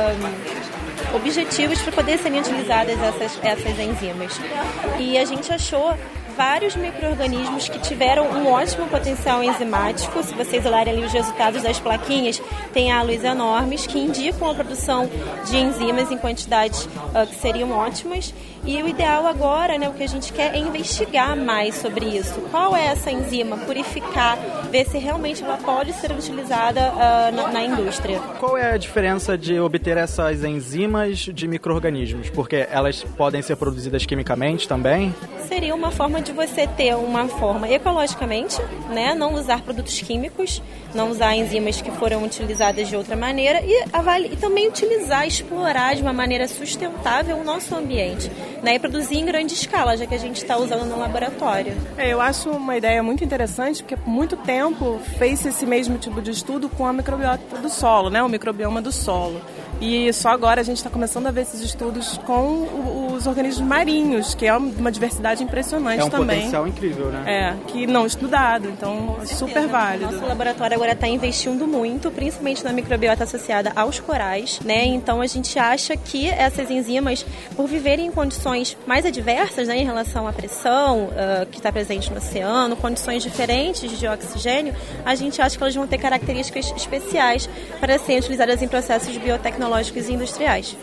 objetivos para poder serem utilizadas essas enzimas. E a gente achou vários micro-organismos que tiveram um ótimo potencial enzimático. Se vocês olharem ali os resultados das plaquinhas, tem halos enormes que indicam a produção de enzimas em quantidades que seriam ótimas. E o ideal agora, né, o que a gente quer é investigar mais sobre isso. Qual é essa enzima? Purificar, ver se realmente ela pode ser utilizada na indústria. Qual é a diferença de obter essas enzimas de micro-organismos? Porque elas podem ser produzidas quimicamente também? Seria uma forma de você ter uma forma ecologicamente, né, não usar produtos químicos, não usar enzimas que foram utilizadas de outra maneira e também explorar de uma maneira sustentável o nosso ambiente, né, e produzir em grande escala, já que a gente está usando no laboratório. Eu acho uma ideia muito interessante, porque por muito tempo fez esse mesmo tipo de estudo com a microbiota do solo, né, o microbioma do solo. E só agora a gente está começando a ver esses estudos com os organismos marinhos, que é uma diversidade impressionante também. É um potencial incrível, né? Que não estudado, então é super válido. Nosso laboratório agora está investindo muito, principalmente na microbiota associada aos corais, né? Então a gente acha que essas enzimas, por viverem em condições mais adversas, né, em relação à pressão que está presente no oceano, condições diferentes de oxigênio, a gente acha que elas vão ter características especiais para serem utilizadas em processos biotecnológicos e industriais.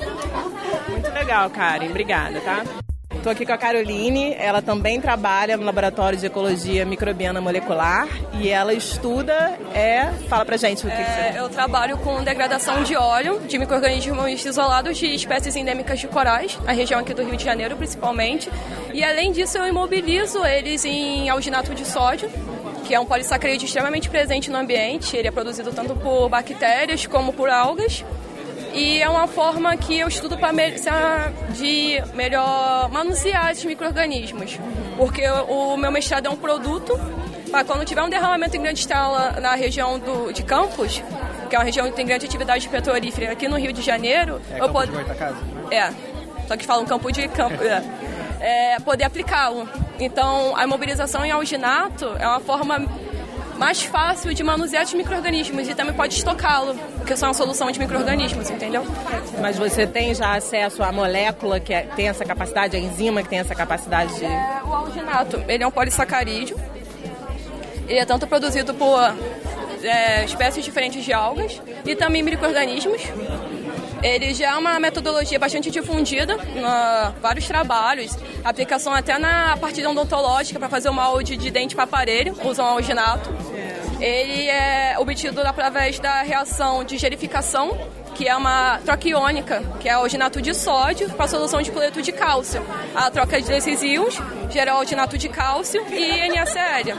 Muito legal, Karen. Obrigada, tá? Estou aqui com a Caroline, ela também trabalha no Laboratório de Ecologia Microbiana Molecular e ela estuda, fala pra gente o que você... Eu trabalho com degradação de óleo de micro-organismos isolados de espécies endêmicas de corais, na região aqui do Rio de Janeiro principalmente, e além disso eu imobilizo eles em alginato de sódio, que é um polissacarídeo extremamente presente no ambiente. Ele é produzido tanto por bactérias como por algas. E é uma forma que eu estudo para de melhor manusear esses micro-organismos. Porque o meu mestrado é um produto para quando tiver um derramamento em grande escala na região de Campos, que é uma região que tem grande atividade petrolífera aqui no Rio de Janeiro. Eu posso... de Goitacazes, né? Só que fala um campo de campo. Poder aplicá-lo. Então, a imobilização em alginato é uma forma mais fácil de manusear os micro-organismos e também pode estocá-lo, porque são uma solução de micro-organismos, entendeu? Mas você tem já acesso à molécula que tem essa capacidade, a enzima que tem essa capacidade de... O alginato, ele é um polissacarídeo. Ele é tanto produzido por espécies diferentes de algas e também micro-organismos. Ele já é uma metodologia bastante difundida em vários trabalhos, aplicação até na parte odontológica para fazer o molde de dente para aparelho, usam alginato. Ele é obtido através da reação de gelificação, que é uma troca iônica, que é alginato de sódio com a solução de cloreto de cálcio. A troca desses íons gera alginato de cálcio e NaCl.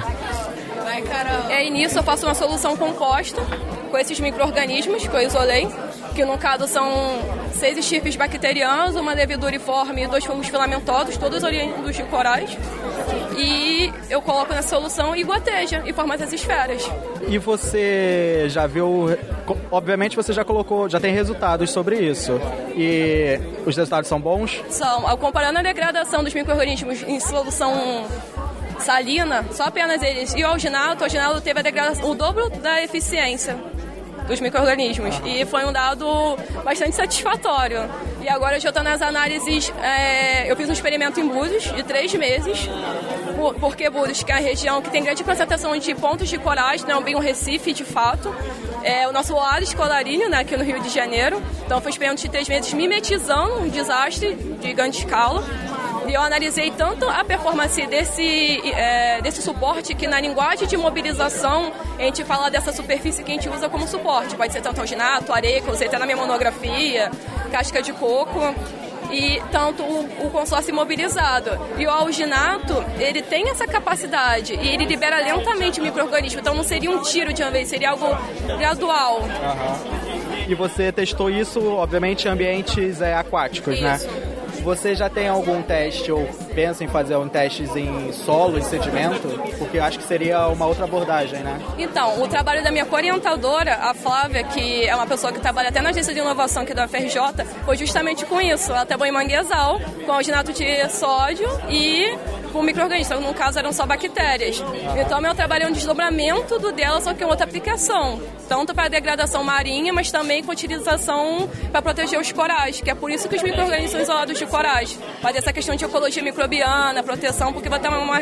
E nisso eu faço uma solução composta com esses micro-organismos que eu isolei, que no caso são 6 estirpes bacterianos, uma leveduriforme e 2 fungos filamentosos, todos oriundos de corais. E eu coloco nessa solução e goteja e forma essas esferas. E você já viu... Obviamente você já tem resultados sobre isso. E os resultados são bons? São. Comparando a degradação dos micro-organismos em solução salina, só apenas eles, e o alginato teve a degradação, o dobro da eficiência dos micro-organismos. E foi um dado bastante satisfatório. E agora eu já estou nas análises, eu fiz um experimento em Búzios de 3 meses, porque Búzios, que é a região que tem grande concentração de pontos de corais, não é bem um Recife, de fato. É o nosso oásis colarinho, né, aqui no Rio de Janeiro. Então foi um experimento de 3 meses mimetizando um desastre de grande escala. E eu analisei tanto a performance desse suporte, que na linguagem de mobilização a gente fala dessa superfície que a gente usa como suporte. Pode ser tanto alginato, areia, que eu usei até na minha monografia, casca de coco, e tanto o consórcio imobilizado. E o alginato, ele tem essa capacidade e ele libera lentamente o micro-organismo. Então não seria um tiro de uma vez, seria algo gradual. E você testou isso, obviamente, em ambientes aquáticos, isso, né? Você já tem algum teste ou pensa em fazer testes em solo, em sedimento? Porque eu acho que seria uma outra abordagem, né? Então, o trabalho da minha orientadora, a Flávia, que é uma pessoa que trabalha até na agência de inovação aqui da UFRJ, foi justamente com isso. Ela trabalhou em manguezal, com alginato de sódio e com micro-organismos. No caso, eram só bactérias. Então, meu trabalho é um desdobramento do dela, só que em outra aplicação. Tanto para a degradação marinha, mas também com utilização para proteger os corais, que é por isso que os micro-organismos são isolados de corais. Mas essa questão de ecologia microbiana, proteção, porque vai ter uma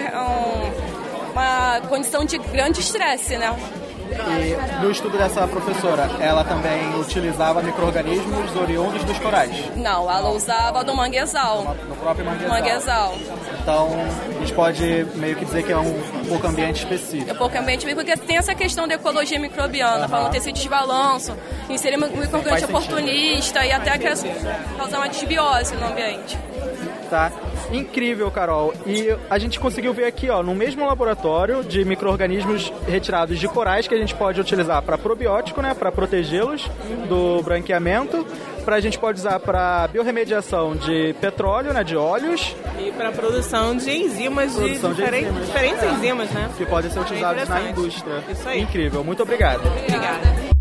condição de grande estresse, né? E no estudo dessa professora, ela também utilizava micro-organismos oriundos dos corais? Não, ela usava do manguezal. No próprio manguezal. Então, a gente pode meio que dizer que é um pouco ambiente específico. É um pouco ambiente específico, porque tem essa questão da ecologia microbiana, para não ter esse desbalanço, inserir um micro-organismo oportunista e até causar uma desbiose no ambiente. Tá? Incrível, Carol. E a gente conseguiu ver aqui, no mesmo laboratório de micro-organismos retirados de corais que a gente pode utilizar para probiótico, né, para protegê-los do branqueamento, a gente pode usar para biorremediação de petróleo, né, de óleos. E para produção de enzimas, diferentes enzimas, né? Que podem ser utilizados na indústria. Isso aí. Incrível. Muito obrigado. Obrigada.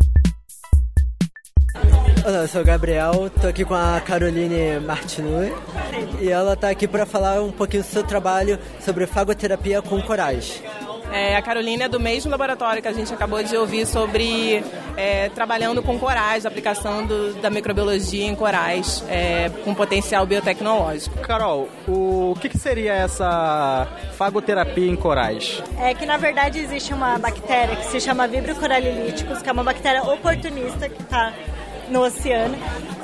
Olá, eu sou o Gabriel, tô aqui com a Caroline Martinui e ela tá aqui para falar um pouquinho do seu trabalho sobre fagoterapia com corais. A Carolina é do mesmo laboratório que a gente acabou de ouvir sobre trabalhando com corais, a aplicação da microbiologia em corais com potencial biotecnológico. Carol, o que seria essa fagoterapia em corais? É que, na verdade, existe uma bactéria que se chama Vibrio corallilyticus, que é uma bactéria oportunista que está no oceano,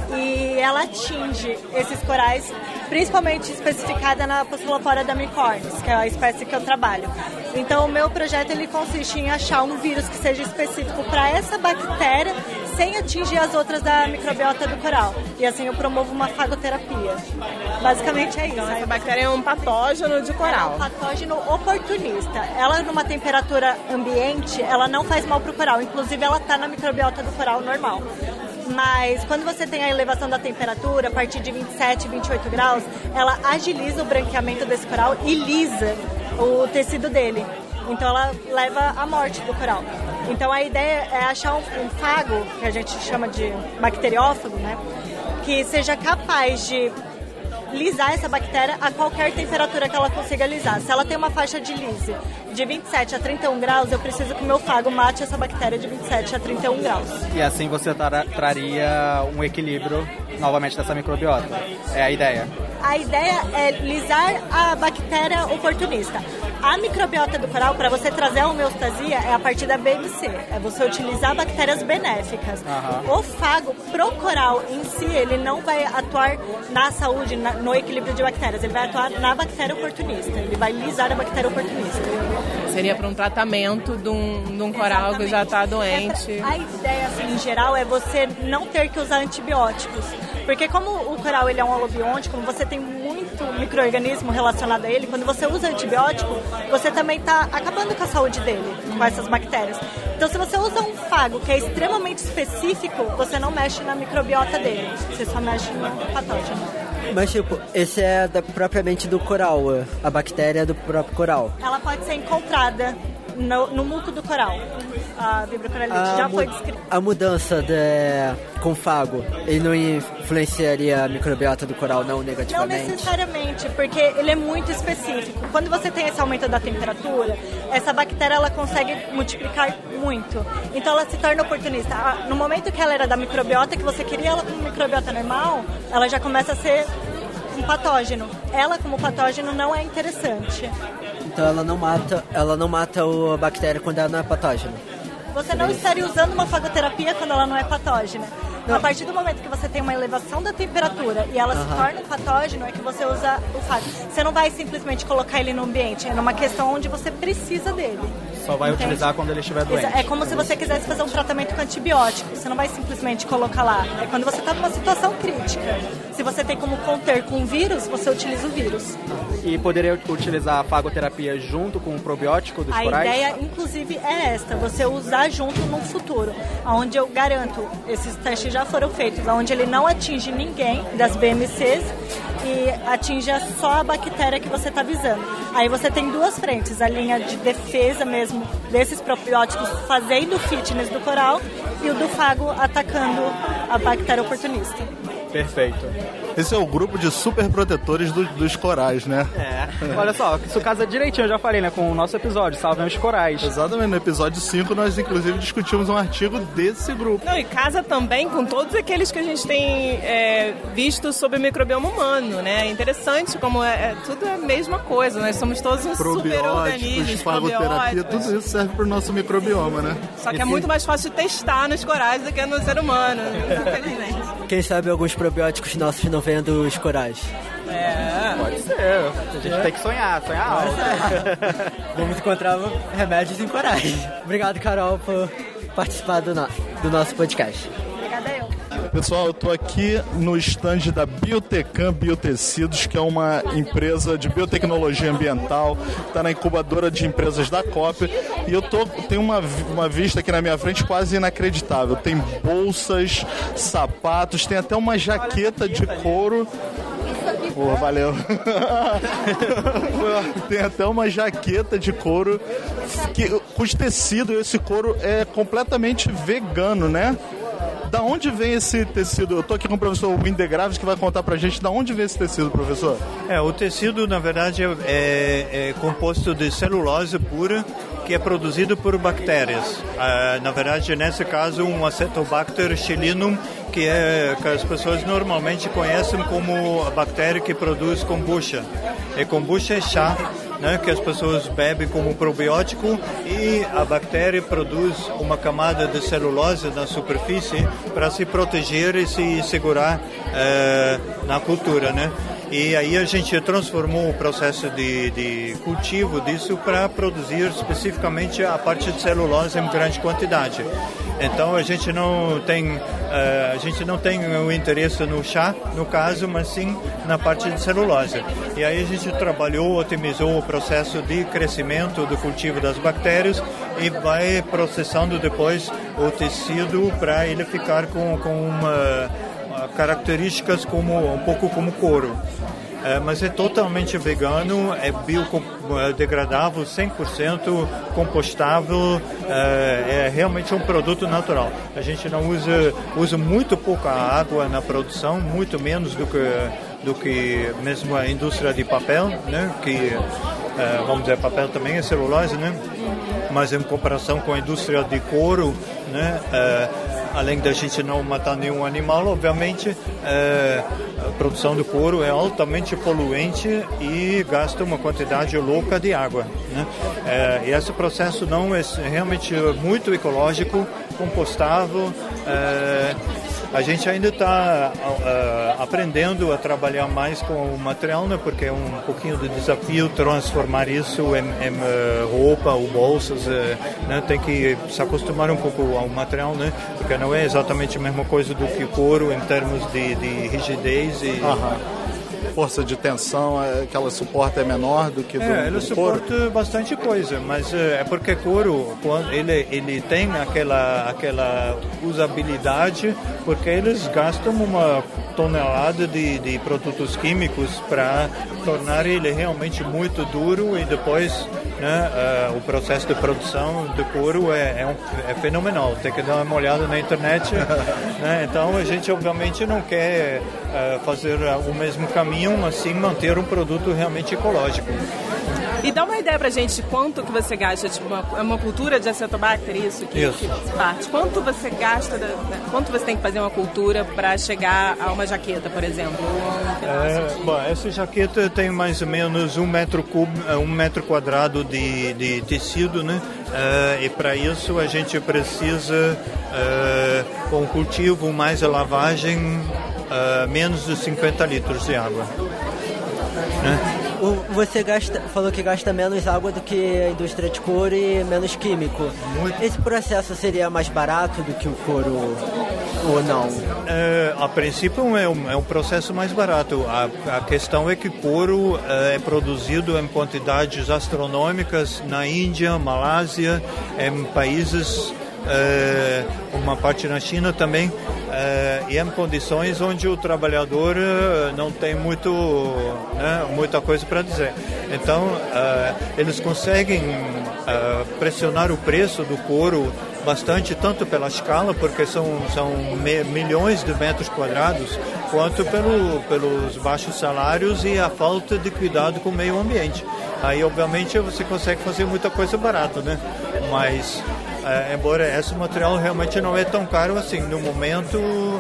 e ela atinge esses corais, principalmente especificada na Postulopora damicornis, que é a espécie que eu trabalho. Então, o meu projeto ele consiste em achar um vírus que seja específico para essa bactéria, sem atingir as outras da microbiota do coral. E assim eu promovo uma fagoterapia. Basicamente é isso. Então, essa bactéria é um patógeno de coral. É um patógeno oportunista. Ela, numa temperatura ambiente, ela não faz mal para o coral. Inclusive, ela está na microbiota do coral normal. Mas quando você tem a elevação da temperatura, a partir de 27, 28 graus, ela agiliza o branqueamento desse coral e lisa o tecido dele. Então ela leva à morte do coral. Então a ideia é achar um fago, que a gente chama de bacteriófago, né? Que seja capaz de lisar essa bactéria a qualquer temperatura que ela consiga lisar. Se ela tem uma faixa de lise de 27 a 31 graus, eu preciso que o meu fago mate essa bactéria de 27 a 31 graus. E assim você traria um equilíbrio novamente dessa microbiota. É a ideia. A ideia é lisar a bactéria oportunista. A microbiota do coral, para você trazer a homeostasia, é a partir da BMC. É você utilizar bactérias benéficas. O fago, pro coral em si, ele não vai atuar na saúde, no equilíbrio de bactérias. Ele vai atuar na bactéria oportunista. Ele vai lisar a bactéria oportunista. Seria para um tratamento de um coral que já está doente. A ideia, assim, em geral, é você não ter que usar antibióticos. Porque como o coral ele é um alobionte, como você tem muito micro-organismo relacionado a ele, quando você usa antibiótico, você também está acabando com a saúde dele, com essas bactérias. Então, se você usa um fago que é extremamente específico, você não mexe na microbiota dele, você só mexe no patógeno. Mas, tipo, esse é propriamente do coral, a bactéria do próprio coral? Ela pode ser encontrada no muco do coral. a vibrocoralite já foi descrita. A mudança com fago, ele não influenciaria a microbiota do coral não negativamente? Não necessariamente, porque ele é muito específico. Quando você tem esse aumento da temperatura, essa bactéria ela consegue multiplicar muito. Então ela se torna oportunista. No momento que ela era da microbiota, que você queria ela como microbiota normal, ela já começa a ser um patógeno. Ela como patógeno não é interessante. Então ela não mata a bactéria quando ela não é patógena? Você não estaria usando uma fagoterapia quando ela não é patógena. Não. A partir do momento que você tem uma elevação da temperatura e ela se torna um patógeno, é que você usa o fago. Você não vai simplesmente colocar ele no ambiente, é numa questão onde você precisa dele. Só vai utilizar quando ele estiver doente. É como se você quisesse fazer um tratamento com antibiótico. Você não vai simplesmente colocar lá. É quando você está numa situação crítica. Se você tem como conter com o vírus, você utiliza o vírus. E poderia utilizar a fagoterapia junto com o probiótico dos corais? A ideia, inclusive, é esta. Você usar junto num futuro. Onde eu garanto, esses testes já foram feitos, onde ele não atinge ninguém das BMCs e atinge só a bactéria que você está visando. Aí você tem duas frentes, a linha de defesa mesmo desses probióticos fazendo o fitness do coral e o do fago atacando a bactéria oportunista. Perfeito. Esse é o grupo de super protetores dos corais, né? Olha só, isso casa direitinho, eu já falei, né? Com o nosso episódio, Salvem os Corais. Exatamente, no episódio 5 nós inclusive discutimos um artigo desse grupo. Não, e casa também com todos aqueles que a gente tem visto sobre o microbioma humano, né? É interessante como tudo é a mesma coisa, nós somos todos uns super-organismos, fagoterapia, tudo isso serve para o nosso microbioma, né? Só que é muito mais fácil de testar nos corais do que no ser humano, infelizmente. Quem sabe alguns probióticos nossos não vêm dos corais. Pode ser. A gente tem que sonhar alto. Vamos encontrar remédios em corais. Obrigado, Carol, por participar do nosso podcast. Obrigada eu. Pessoal, eu estou aqui no stand da Biotecam Biotecidos, que é uma empresa de biotecnologia ambiental, está na incubadora de empresas da COP, e eu tenho uma vista aqui na minha frente quase inacreditável. Tem bolsas, sapatos, tem até uma jaqueta de couro. Pô, valeu. Tem até uma jaqueta de couro cujo tecido, esse couro é completamente vegano, né? Da onde vem esse tecido? Eu estou aqui com o professor Windegraves, que vai contar pra gente da onde vem esse tecido, professor. O tecido, na verdade, é composto de celulose pura, que é produzido por bactérias. Na verdade, nesse caso, um Acetobacter chilinum, que as pessoas normalmente conhecem como a bactéria que produz kombucha. E kombucha é chá, né, que as pessoas bebem como probiótico, e a bactéria produz uma camada de celulose na superfície para se proteger e se segurar na cultura, né? E aí a gente transformou o processo de cultivo disso para produzir especificamente a parte de celulose em grande quantidade. Então a gente não tem o interesse no chá, no caso, mas sim na parte de celulose. E aí a gente trabalhou, otimizou o processo de crescimento do cultivo das bactérias e vai processando depois o tecido para ele ficar com características um pouco como couro. Mas é totalmente vegano, é biodegradável, 100% compostável, é realmente um produto natural. A gente não usa muito pouca água na produção, muito menos do que mesmo a indústria de papel, né? Que, vamos dizer, papel também é celulose, né? Mas em comparação com a indústria de couro, né? Além da gente não matar nenhum animal, obviamente, a produção do couro é altamente poluente e gasta uma quantidade louca de água, né? E esse processo não é realmente muito ecológico, compostável. A gente ainda está aprendendo a trabalhar mais com o material, né? Porque é um pouquinho de desafio transformar isso em roupa ou bolsas, né? Tem que se acostumar um pouco ao material, né? Porque não é exatamente a mesma coisa do que o couro em termos de rigidez força de tensão que ela suporta é menor do que do ela couro? suporta bastante coisa, mas é porque couro, ele tem aquela usabilidade, porque eles gastam uma tonelada de produtos químicos para tornar ele realmente muito duro e depois, né, o processo de produção do couro é fenomenal. Tem que dar uma olhada na internet, né? Então a gente obviamente não quer fazer o mesmo caminho, mas sim manter um produto realmente ecológico. E dá uma ideia pra gente quanto que você gasta, tipo, uma cultura de Acetobacter, isso? Que parte. Quanto você gasta, quanto você tem que fazer uma cultura para chegar a uma jaqueta, por exemplo? Bom, essa jaqueta tem mais ou menos 1 metro quadrado de tecido, né? E para isso a gente precisa, com cultivo mais a lavagem, menos de 50 litros de água. Né? Você falou que gasta menos água do que a indústria de couro e menos químico. Esse processo seria mais barato do que o couro ou não? A princípio é um processo mais barato. A questão é que couro é produzido em quantidades astronômicas na Índia, Malásia, em países, uma parte na China também, e em condições onde o trabalhador não tem muita coisa para dizer. Então, eles conseguem pressionar o preço do couro bastante, tanto pela escala, porque são milhões de metros quadrados, quanto pelos baixos salários e a falta de cuidado com o meio ambiente. Aí, obviamente, você consegue fazer muita coisa barata, né? Mas embora esse material realmente não é tão caro assim. No momento,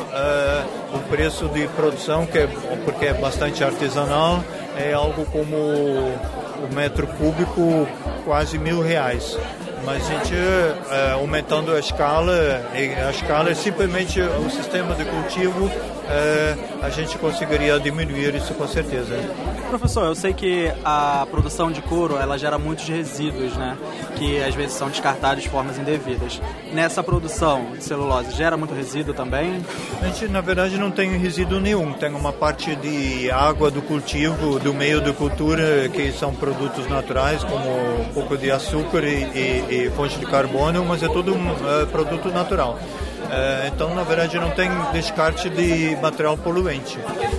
o preço de produção, porque é bastante artesanal, é algo como o metro cúbico quase R$1.000. Mas a gente, aumentando a escala é simplesmente o sistema de cultivo, a gente conseguiria diminuir isso com certeza. Professor, eu sei que a produção de couro, ela gera muitos resíduos, né? Que às vezes são descartados de formas indevidas. Nessa produção de celulose, gera muito resíduo também? A gente, na verdade, não tem resíduo nenhum. Tem uma parte de água do cultivo, do meio de cultura, que são produtos naturais, como um pouco de açúcar e fonte de carbono, mas é tudo produto natural. Então, na verdade, não tem descarte de material poluente.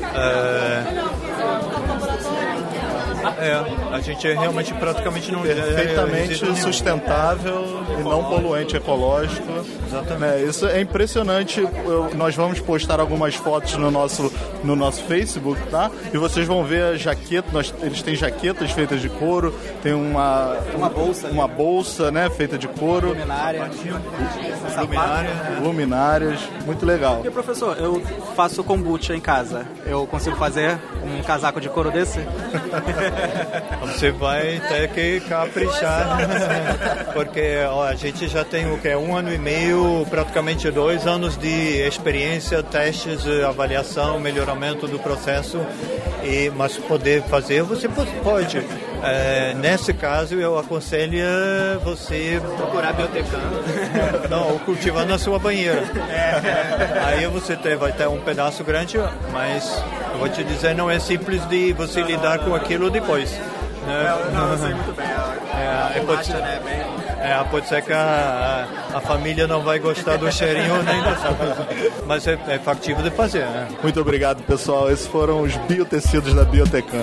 A gente realmente praticamente não... Perfeitamente sustentável e não poluente, ecológico. Exatamente. Isso é impressionante. Nós vamos postar algumas fotos no nosso Facebook, tá? E vocês vão ver a jaqueta. Eles têm jaquetas feitas de couro, tem uma bolsa, né, feita de couro. Luminárias. Muito legal. E professor, eu faço kombucha em casa. Eu consigo fazer um casaco de couro desse? Você vai ter que caprichar, porque a gente já tem 1 ano e meio, praticamente 2 anos de experiência, testes, avaliação, melhoramento do processo, mas poder fazer, você pode. Nesse caso, eu aconselho você procurar Biotecan. Não, cultivar na sua banheira. Aí você vai ter um pedaço grande, mas eu vou te dizer, não é simples de você lidar com aquilo depois. Não, eu sei muito bem. Pode ser que a família não vai gostar do cheirinho nem dessa coisa, mas é factível de fazer, né? Muito obrigado, pessoal. Esses foram os biotecidos da Biotecan.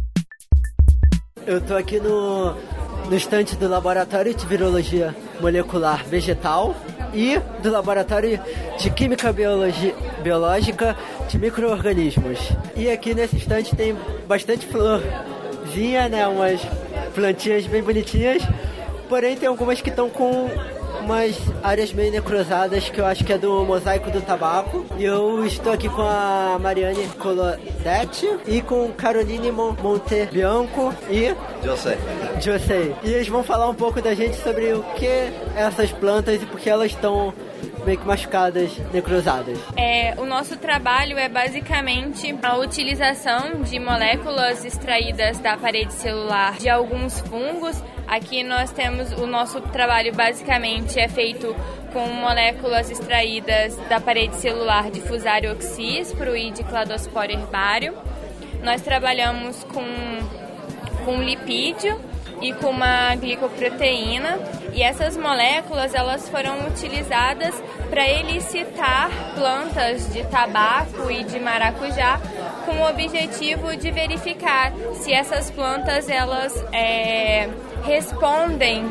Eu tô aqui no estande do Laboratório de Virologia Molecular Vegetal e do Laboratório de Química Biológica de Micro-Organismos. E aqui nesse estande tem bastante florzinha, né? Umas plantinhas bem bonitinhas, porém tem algumas que estão com umas áreas meio necrosadas, que eu acho que é do mosaico do tabaco. E eu estou aqui com a Mariane Colodetti e com Caroline Montebianco e José. E eles vão falar um pouco da gente sobre o que é essas plantas e por que elas estão meio que machucadas, necrosadas. O nosso trabalho é basicamente a utilização de moléculas extraídas da parede celular de alguns fungos. Aqui nós temos o nosso trabalho basicamente é feito com moléculas extraídas da parede celular de Fusarium oxyspro e de Cladospora herbário. nós trabalhamos com lipídio e com uma glicoproteína, e essas moléculas elas foram utilizadas para elicitar plantas de tabaco e de maracujá, com o objetivo de verificar se essas plantas elas respondem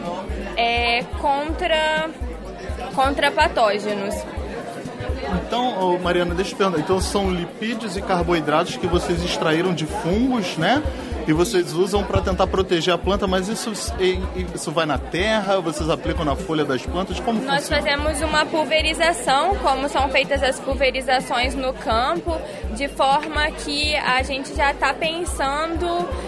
contra patógenos. Então, Mariana, deixa eu perguntar. Então, são lipídios e carboidratos que vocês extraíram de fungos, né? E vocês usam para tentar proteger a planta, mas isso vai na terra? Vocês aplicam na folha das plantas? Como Nós funciona? fazemos uma pulverização, como são feitas as pulverizações no campo, de forma que a gente já está pensando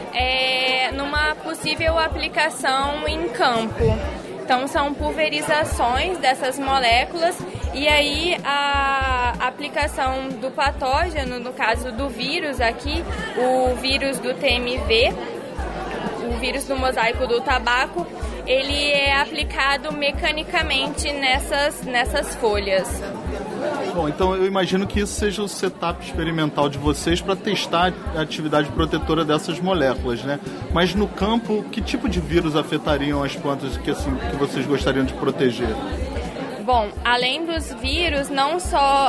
numa possível aplicação em campo. Então, são pulverizações dessas moléculas, e aí a aplicação do patógeno, no caso do vírus aqui, o vírus do TMV, o vírus do mosaico do tabaco, ele é aplicado mecanicamente nessas folhas. Bom, então eu imagino que isso seja o setup experimental de vocês para testar a atividade protetora dessas moléculas, né? Mas no campo, que tipo de vírus afetariam as plantas que vocês gostariam de proteger? Bom, além dos vírus, não só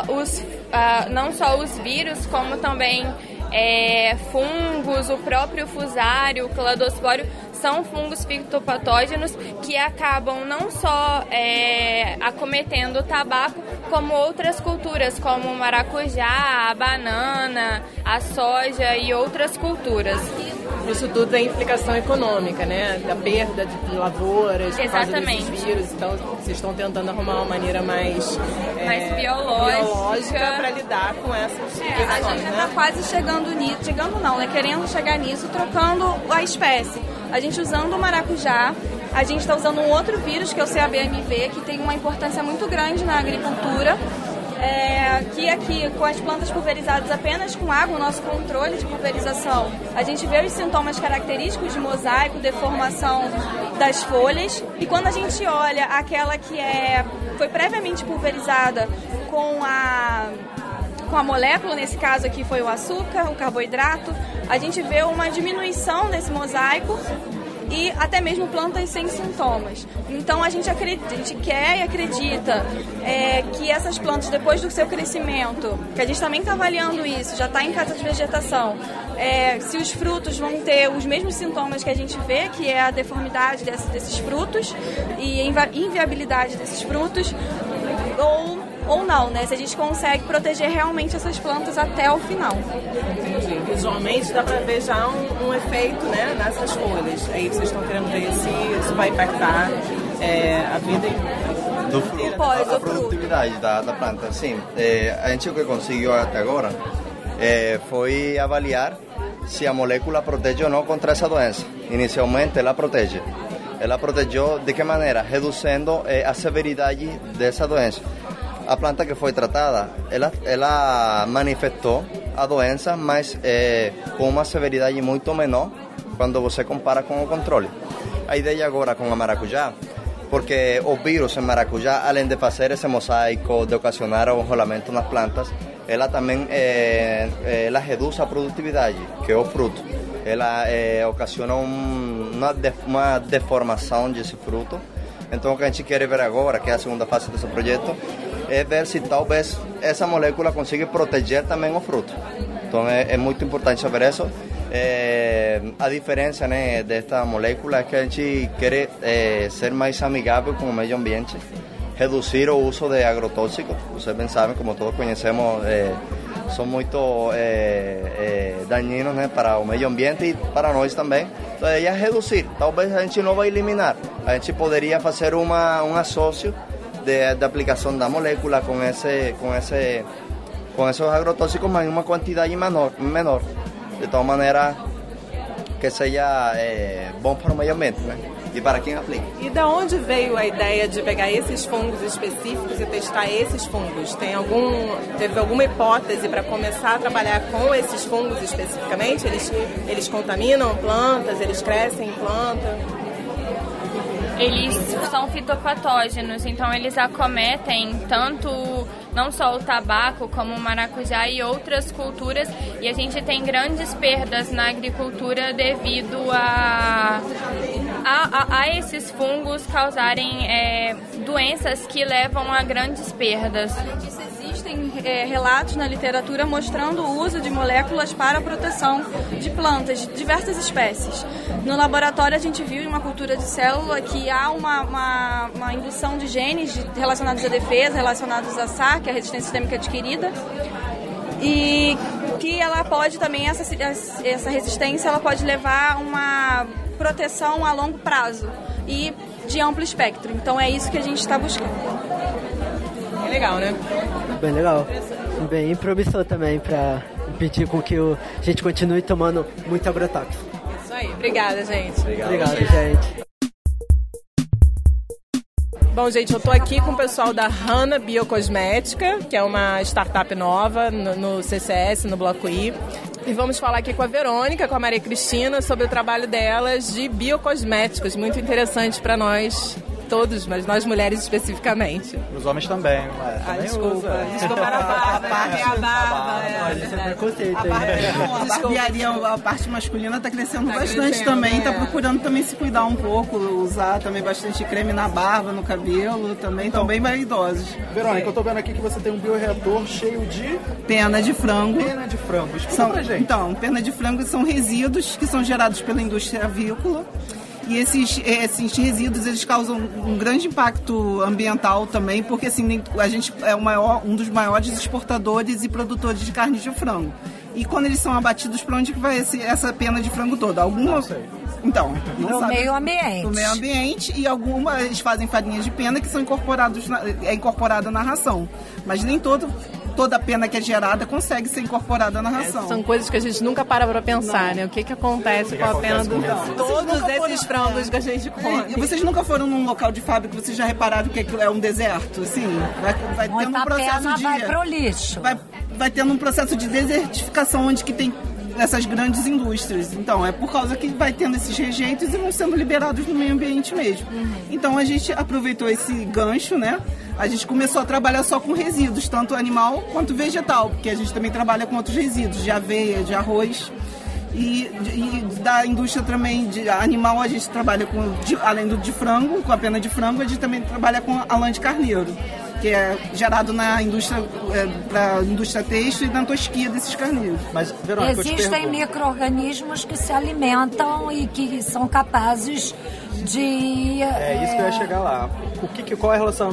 os vírus, como também fungos, o próprio fusário, o cladospóreo, são fungos fitopatógenos que acabam não só acometendo o tabaco, como outras culturas, como o maracujá, a banana, a soja e outras culturas. Isso tudo tem implicação econômica, né? Da perda de lavouras por causa desses vírus. Então, vocês estão tentando arrumar uma maneira mais biológica para lidar com essas questões, a gente está quase chegando nisso, querendo chegar nisso, trocando a espécie. A gente usando o maracujá, a gente está usando um outro vírus, que é o CABMV, que tem uma importância muito grande na agricultura, que aqui, com as plantas pulverizadas apenas com água, o nosso controle de pulverização, a gente vê os sintomas característicos de mosaico, deformação das folhas, e quando a gente olha aquela que foi previamente pulverizada com a molécula, nesse caso aqui foi o açúcar, o carboidrato, a gente vê uma diminuição desse mosaico e até mesmo plantas sem sintomas. Então a gente quer e acredita que essas plantas, depois do seu crescimento, que a gente também está avaliando isso, já está em casa de vegetação, se os frutos vão ter os mesmos sintomas que a gente vê, que é a deformidade desses frutos e a inviabilidade desses frutos, ou não, né? Se a gente consegue proteger realmente essas plantas até o final. Entendi. Visualmente dá para ver já um efeito, né, nessas folhas. Aí vocês estão querendo ver se isso vai impactar a vida do fruto, a produtividade da planta. Sim, a gente o que conseguiu até agora foi avaliar se a molécula protege ou não contra essa doença. Inicialmente ela protege. Ela protegeu de que maneira? Reduzindo a severidade dessa doença. A planta que foi tratada, ela manifestou a doença, mas com uma severidade muito menor quando você compara com o controle. A ideia agora com a maracujá, porque o vírus em maracujá, além de fazer esse mosaico, de ocasionar o rolamento nas plantas, ela também ela reduz a produtividade, que é o fruto. Ela ocasiona uma deformação desse fruto. Então o que a gente quer ver agora, que é a segunda fase desse projeto, é ver se talvez essa molécula consiga proteger também o fruto. Então é muito importante saber isso. A diferença, né, desta molécula é que a gente quer ser mais amigável com o meio ambiente, reduzir o uso de agrotóxicos. Vocês bem sabem, como todos conhecemos, são muito daninhos, né, para o meio ambiente e para nós também. Então é reduzir. Talvez a gente não vai eliminar. A gente poderia fazer um assócio de aplicação da molécula com esses agrotóxicos, mas em uma quantidade menor, de tal maneira que seja bom para o meio ambiente, né? E para quem aplica. E da onde veio a ideia de pegar esses fungos específicos e testar esses fungos? Teve alguma hipótese para começar a trabalhar com esses fungos especificamente? Eles contaminam plantas, eles crescem em planta? Eles são fitopatógenos, então eles acometem tanto não só o tabaco, como o maracujá e outras culturas, e a gente tem grandes perdas na agricultura devido a esses fungos causarem doenças que levam a grandes perdas. Existem relatos na literatura mostrando o uso de moléculas para a proteção de plantas de diversas espécies. No laboratório a gente viu em uma cultura de célula que há uma indução de genes relacionados à defesa, relacionados à SAR, que é a resistência sistêmica adquirida, e que ela pode também, essa resistência, ela pode levar a uma proteção a longo prazo e de amplo espectro. Então é isso que a gente está buscando. É legal, né? Bem legal. Bem promissor também para impedir com que a gente continue tomando muito agrotóxico. Isso aí. Obrigada, gente. Obrigado, gente. Bom, gente, eu tô aqui com o pessoal da Hanna Biocosmética, que é uma startup nova no CCS, no Bloco I. E vamos falar aqui com a Verônica, com a Maria Cristina, sobre o trabalho delas de biocosméticos, muito interessante para nós todos, mas nós mulheres especificamente. Os homens também. Desculpa. Desculpa, a barba. A barbearia, a parte masculina está crescendo bastante também, está procurando também se cuidar um pouco, usar também bastante creme na barba, no cabelo, também estão bem vaidosos. Verônica, eu tô vendo aqui que você tem um bioreator cheio de... Pena de frango. Pena de frango. Explica pra gente. Então, pena de frango são resíduos que são gerados pela indústria avícola. E esses resíduos, eles causam um grande impacto ambiental também, porque assim, a gente é um dos maiores exportadores e produtores de carne de frango. E quando eles são abatidos, para onde que vai essa pena de frango toda? Então, no meio ambiente. No meio ambiente, e algumas eles fazem farinhas de pena que são incorporada na ração. Mas nem toda a pena que é gerada consegue ser incorporada na ração. São coisas que a gente nunca para pensar, né? O que acontece com a pena todos esses frangos que a gente come. Vocês nunca foram num local de fábrica, vocês já repararam que aquilo é um deserto? Assim, vai tendo um processo de... vai pro lixo. Vai tendo um processo de desertificação onde que tem essas grandes indústrias. Então, é por causa que vai tendo esses rejeitos e vão sendo liberados no meio ambiente mesmo. Então, a gente aproveitou esse gancho, né? A gente começou a trabalhar só com resíduos, tanto animal quanto vegetal, porque a gente também trabalha com outros resíduos, de aveia, de arroz. E da indústria também de animal, a gente trabalha além do de frango, com a pena de frango, a gente também trabalha com a lã de carneiro, que é gerado na indústria, para a indústria têxtil e na tosquia desses carneiros. Mas, Verônica, existem micro-organismos que se alimentam e que são capazes de... É isso que eu ia chegar lá. Qual é a relação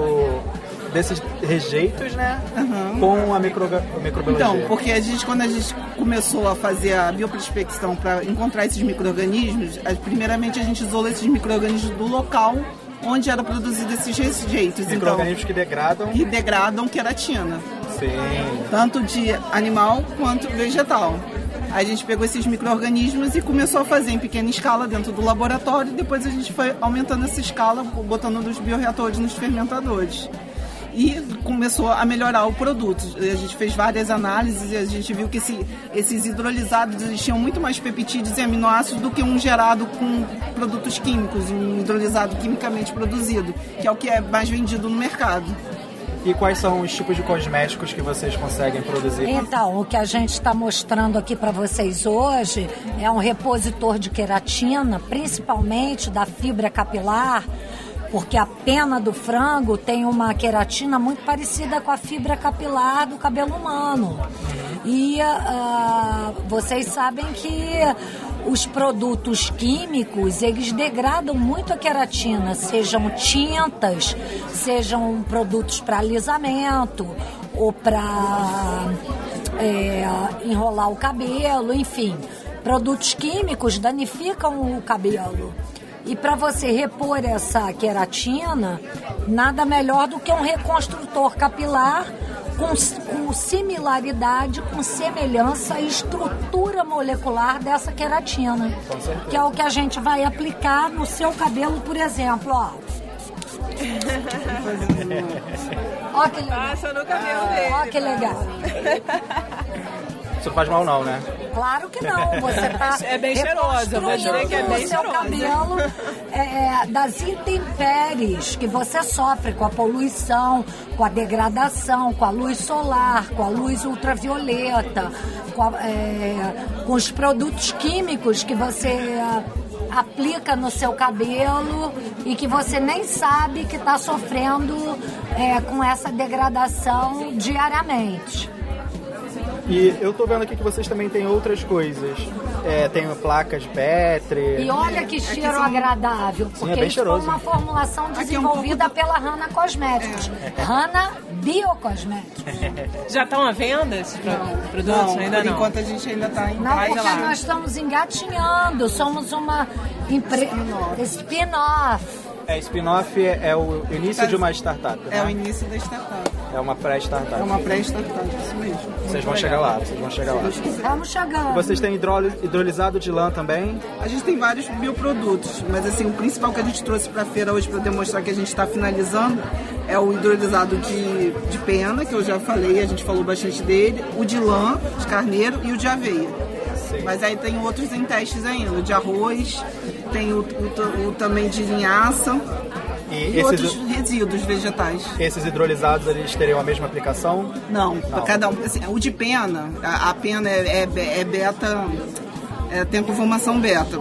desses rejeitos, né, com a microbiologia? Então, porque quando a gente começou a fazer a bioprospecção para encontrar esses micro-organismos, primeiramente a gente isolou esses micro-organismos do local onde era produzido esses rejeitos. Micro-organismos que degradam... Que degradam queratina. Sim. Tanto de animal quanto vegetal. Aí a gente pegou esses micro-organismos e começou a fazer em pequena escala dentro do laboratório. Depois a gente foi aumentando essa escala, botando nos bioreatores, nos fermentadores. E começou a melhorar o produto. A gente fez várias análises e a gente viu que esses hidrolisados eles tinham muito mais peptídeos e aminoácidos do que um gerado com produtos químicos, um hidrolisado quimicamente produzido, que é o que é mais vendido no mercado. E quais são os tipos de cosméticos que vocês conseguem produzir? Então, o que a gente está mostrando aqui para vocês hoje é um repositor de queratina, principalmente da fibra capilar, porque a pena do frango tem uma queratina muito parecida com a fibra capilar do cabelo humano. E vocês sabem que os produtos químicos, eles degradam muito a queratina, sejam tintas, sejam produtos para alisamento ou para enrolar o cabelo, enfim. Produtos químicos danificam o cabelo. E para você repor essa queratina, nada melhor do que um reconstrutor capilar com similaridade, com semelhança e estrutura molecular dessa queratina. Que é o que a gente vai aplicar no seu cabelo, por exemplo, ó. Ó que legal. Passa no cabelo dele. Ó que legal. Isso não faz mal não, né? Claro que não, você tá É bem cheiroso, eu vou dizer que é bem o seu cheiroso. cabelo das intempéries que você sofre com a poluição, com a degradação, com a luz solar, com a luz ultravioleta, com os produtos químicos que você aplica no seu cabelo e que você nem sabe que está sofrendo com essa degradação diariamente. E eu tô vendo aqui que vocês também têm outras coisas. Tem placas Petri. E olha que cheiro agradável, porque é bem isso foi cheiroso. uma formulação desenvolvida pela Hanna Cosméticos. Hanna Biocosméticos. Já estão à venda esses produtos? Não, Ainda por não. enquanto a gente ainda está em Não, porque nós estamos engatinhando, somos uma empresa spin-off. Spin-off é o início de uma startup, né? É o início da startup. É uma pré-startup. É uma pré-startup, isso mesmo. Vocês vão chegar lá, vocês vão chegar lá. Estamos chegando. Vocês têm hidrolisado de lã também? A gente tem vários bioprodutos, mas assim, o principal que a gente trouxe para a feira hoje para demonstrar que a gente está finalizando é o hidrolisado de pena, que eu já falei, a gente falou bastante dele, o de lã, de carneiro e o de aveia. Sim. Mas aí tem outros em testes ainda, o de arroz, tem o também de linhaça e outros resíduos vegetais. Esses hidrolisados, eles teriam a mesma aplicação? Não. Cada um. Assim, o de pena, a pena é beta, tem a conformação beta.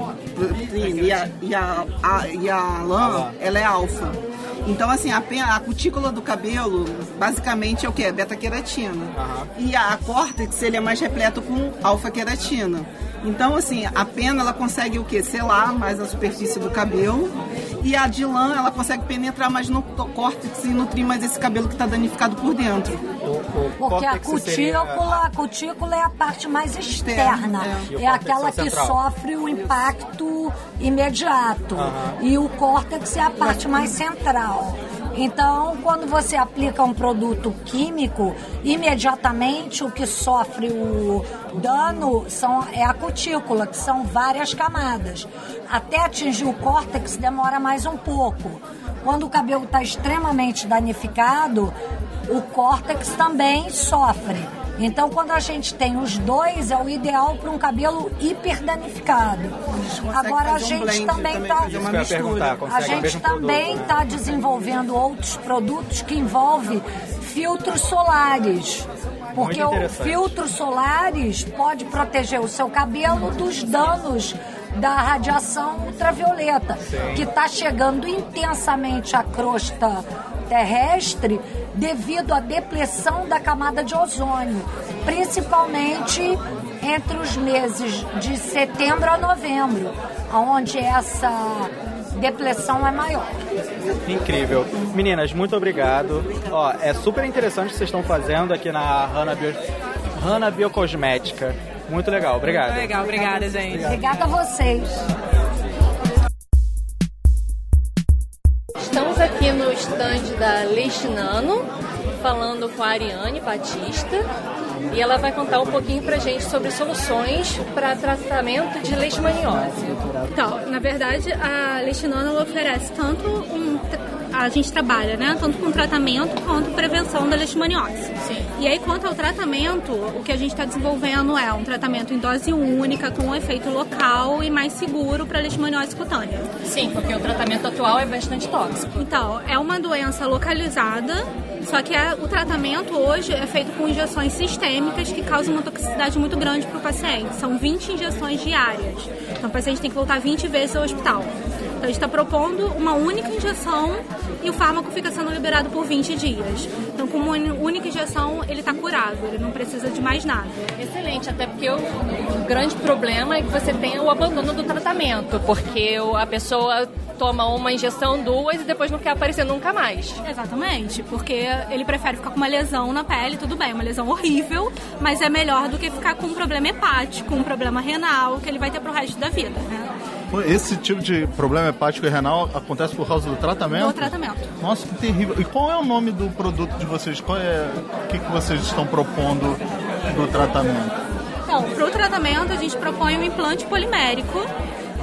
E a lã, ela é alfa. Então, assim, a cutícula do cabelo, basicamente, é o quê? É beta-queratina. Uhum. E a córtex, ele é mais repleto com alfa-queratina. Então, assim, a pena, ela consegue o quê? Selar mais a superfície do cabelo. E a de lã, ela consegue penetrar mais no córtex e nutrir mais esse cabelo que está danificado por dentro. Porque a cutícula é a parte mais externa. É aquela que sofre o impacto imediato. E o córtex é a parte mais central. Então, quando você aplica um produto químico, imediatamente o que sofre o dano é a cutícula, que são várias camadas. Até atingir o córtex demora mais um pouco. Quando o cabelo está extremamente danificado, o córtex também sofre. Então, quando a gente tem os dois, é o ideal para um cabelo hiperdanificado. Agora, a gente também está desenvolvendo outros produtos que envolvem filtros solares. Porque o filtro solares pode proteger o seu cabelo dos danos da radiação ultravioleta, que está chegando intensamente à crosta terrestre devido à depressão da camada de ozônio, principalmente entre os meses de setembro a novembro, onde essa depressão é maior. Incrível. Meninas, muito obrigado. É super interessante o que vocês estão fazendo aqui na Hanna Biocosmética. Muito legal, obrigado. Muito legal, obrigada, gente. Obrigada a vocês. Estamos aqui no stand da Leite Nano, falando com a Ariane Batista, e ela vai contar um pouquinho pra gente sobre soluções para tratamento de leishmaniose. Então, na verdade, a Leite Nano oferece tanto a gente trabalha, né, tanto com tratamento quanto prevenção da leishmaniose. Sim. E aí, quanto ao tratamento, o que a gente está desenvolvendo é um tratamento em dose única, com um efeito local e mais seguro para leishmaniose cutânea. Sim, porque o tratamento atual é bastante tóxico. Então, é uma doença localizada, só que o tratamento hoje é feito com injeções sistêmicas que causam uma toxicidade muito grande para o paciente. São 20 injeções diárias. Então, o paciente tem que voltar 20 vezes ao hospital. Então, a gente está propondo uma única injeção e o fármaco fica sendo liberado por 20 dias. Então, com uma única injeção, ele está curado, ele não precisa de mais nada. Excelente, até porque o grande problema é que você tem o abandono do tratamento, porque a pessoa toma uma injeção, duas e depois não quer aparecer nunca mais. Exatamente, porque ele prefere ficar com uma lesão na pele, tudo bem, uma lesão horrível, mas é melhor do que ficar com um problema hepático, um problema renal, que ele vai ter pro resto da vida, né? Esse tipo de problema hepático e renal acontece por causa do tratamento? Do tratamento. Nossa, que terrível. E qual é o nome do produto de vocês? O que vocês estão propondo do tratamento? Então, para o tratamento, a gente propõe um implante polimérico,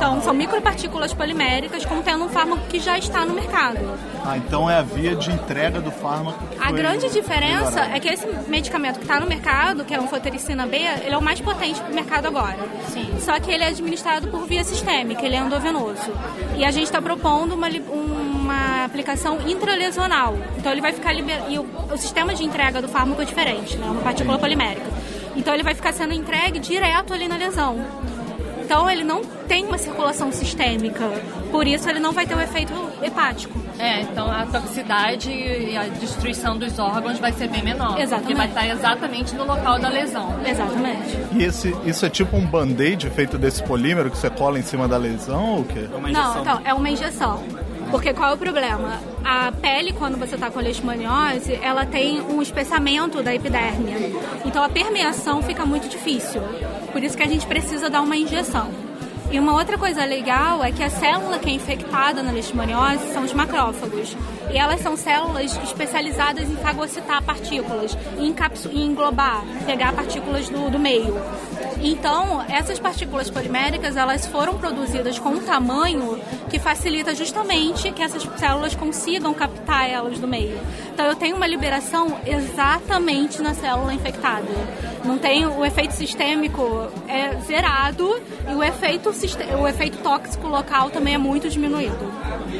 Então, são micropartículas poliméricas contendo um fármaco que já está no mercado. Então é a via de entrega do fármaco. A grande diferença é que esse medicamento que está no mercado, que é o anfotericina B, ele é o mais potente para o mercado agora. Sim. Só que ele é administrado por via sistêmica, ele é endovenoso. E a gente está propondo uma aplicação intralesional. Então ele vai ficar e o sistema de entrega do fármaco é diferente, né? Uma partícula polimérica. Então ele vai ficar sendo entregue direto ali na lesão. Então ele não tem uma circulação sistêmica, por isso ele não vai ter um efeito hepático. Então a toxicidade e a destruição dos órgãos vai ser bem menor. Exatamente. Porque vai estar exatamente no local da lesão. Exatamente. E isso é tipo um band-aid feito desse polímero que você cola em cima da lesão ou o quê? Não, então, é uma injeção. Porque qual é o problema? A pele, quando você está com a leishmaniose, ela tem um espessamento da epiderme. Então a permeação fica muito difícil. Por isso que a gente precisa dar uma injeção. E uma outra coisa legal é que a célula que é infectada na leishmaniose são os macrófagos. E elas são células especializadas em fagocitar partículas, em englobar, pegar partículas do meio. Então, essas partículas poliméricas, elas foram produzidas com um tamanho que facilita justamente que essas células consigam captar elas do meio. Então, eu tenho uma liberação exatamente na célula infectada. Não tem o efeito sistêmico zerado e o efeito tóxico local também é muito diminuído.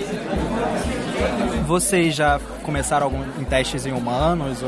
Vocês já começaram em testes em humanos?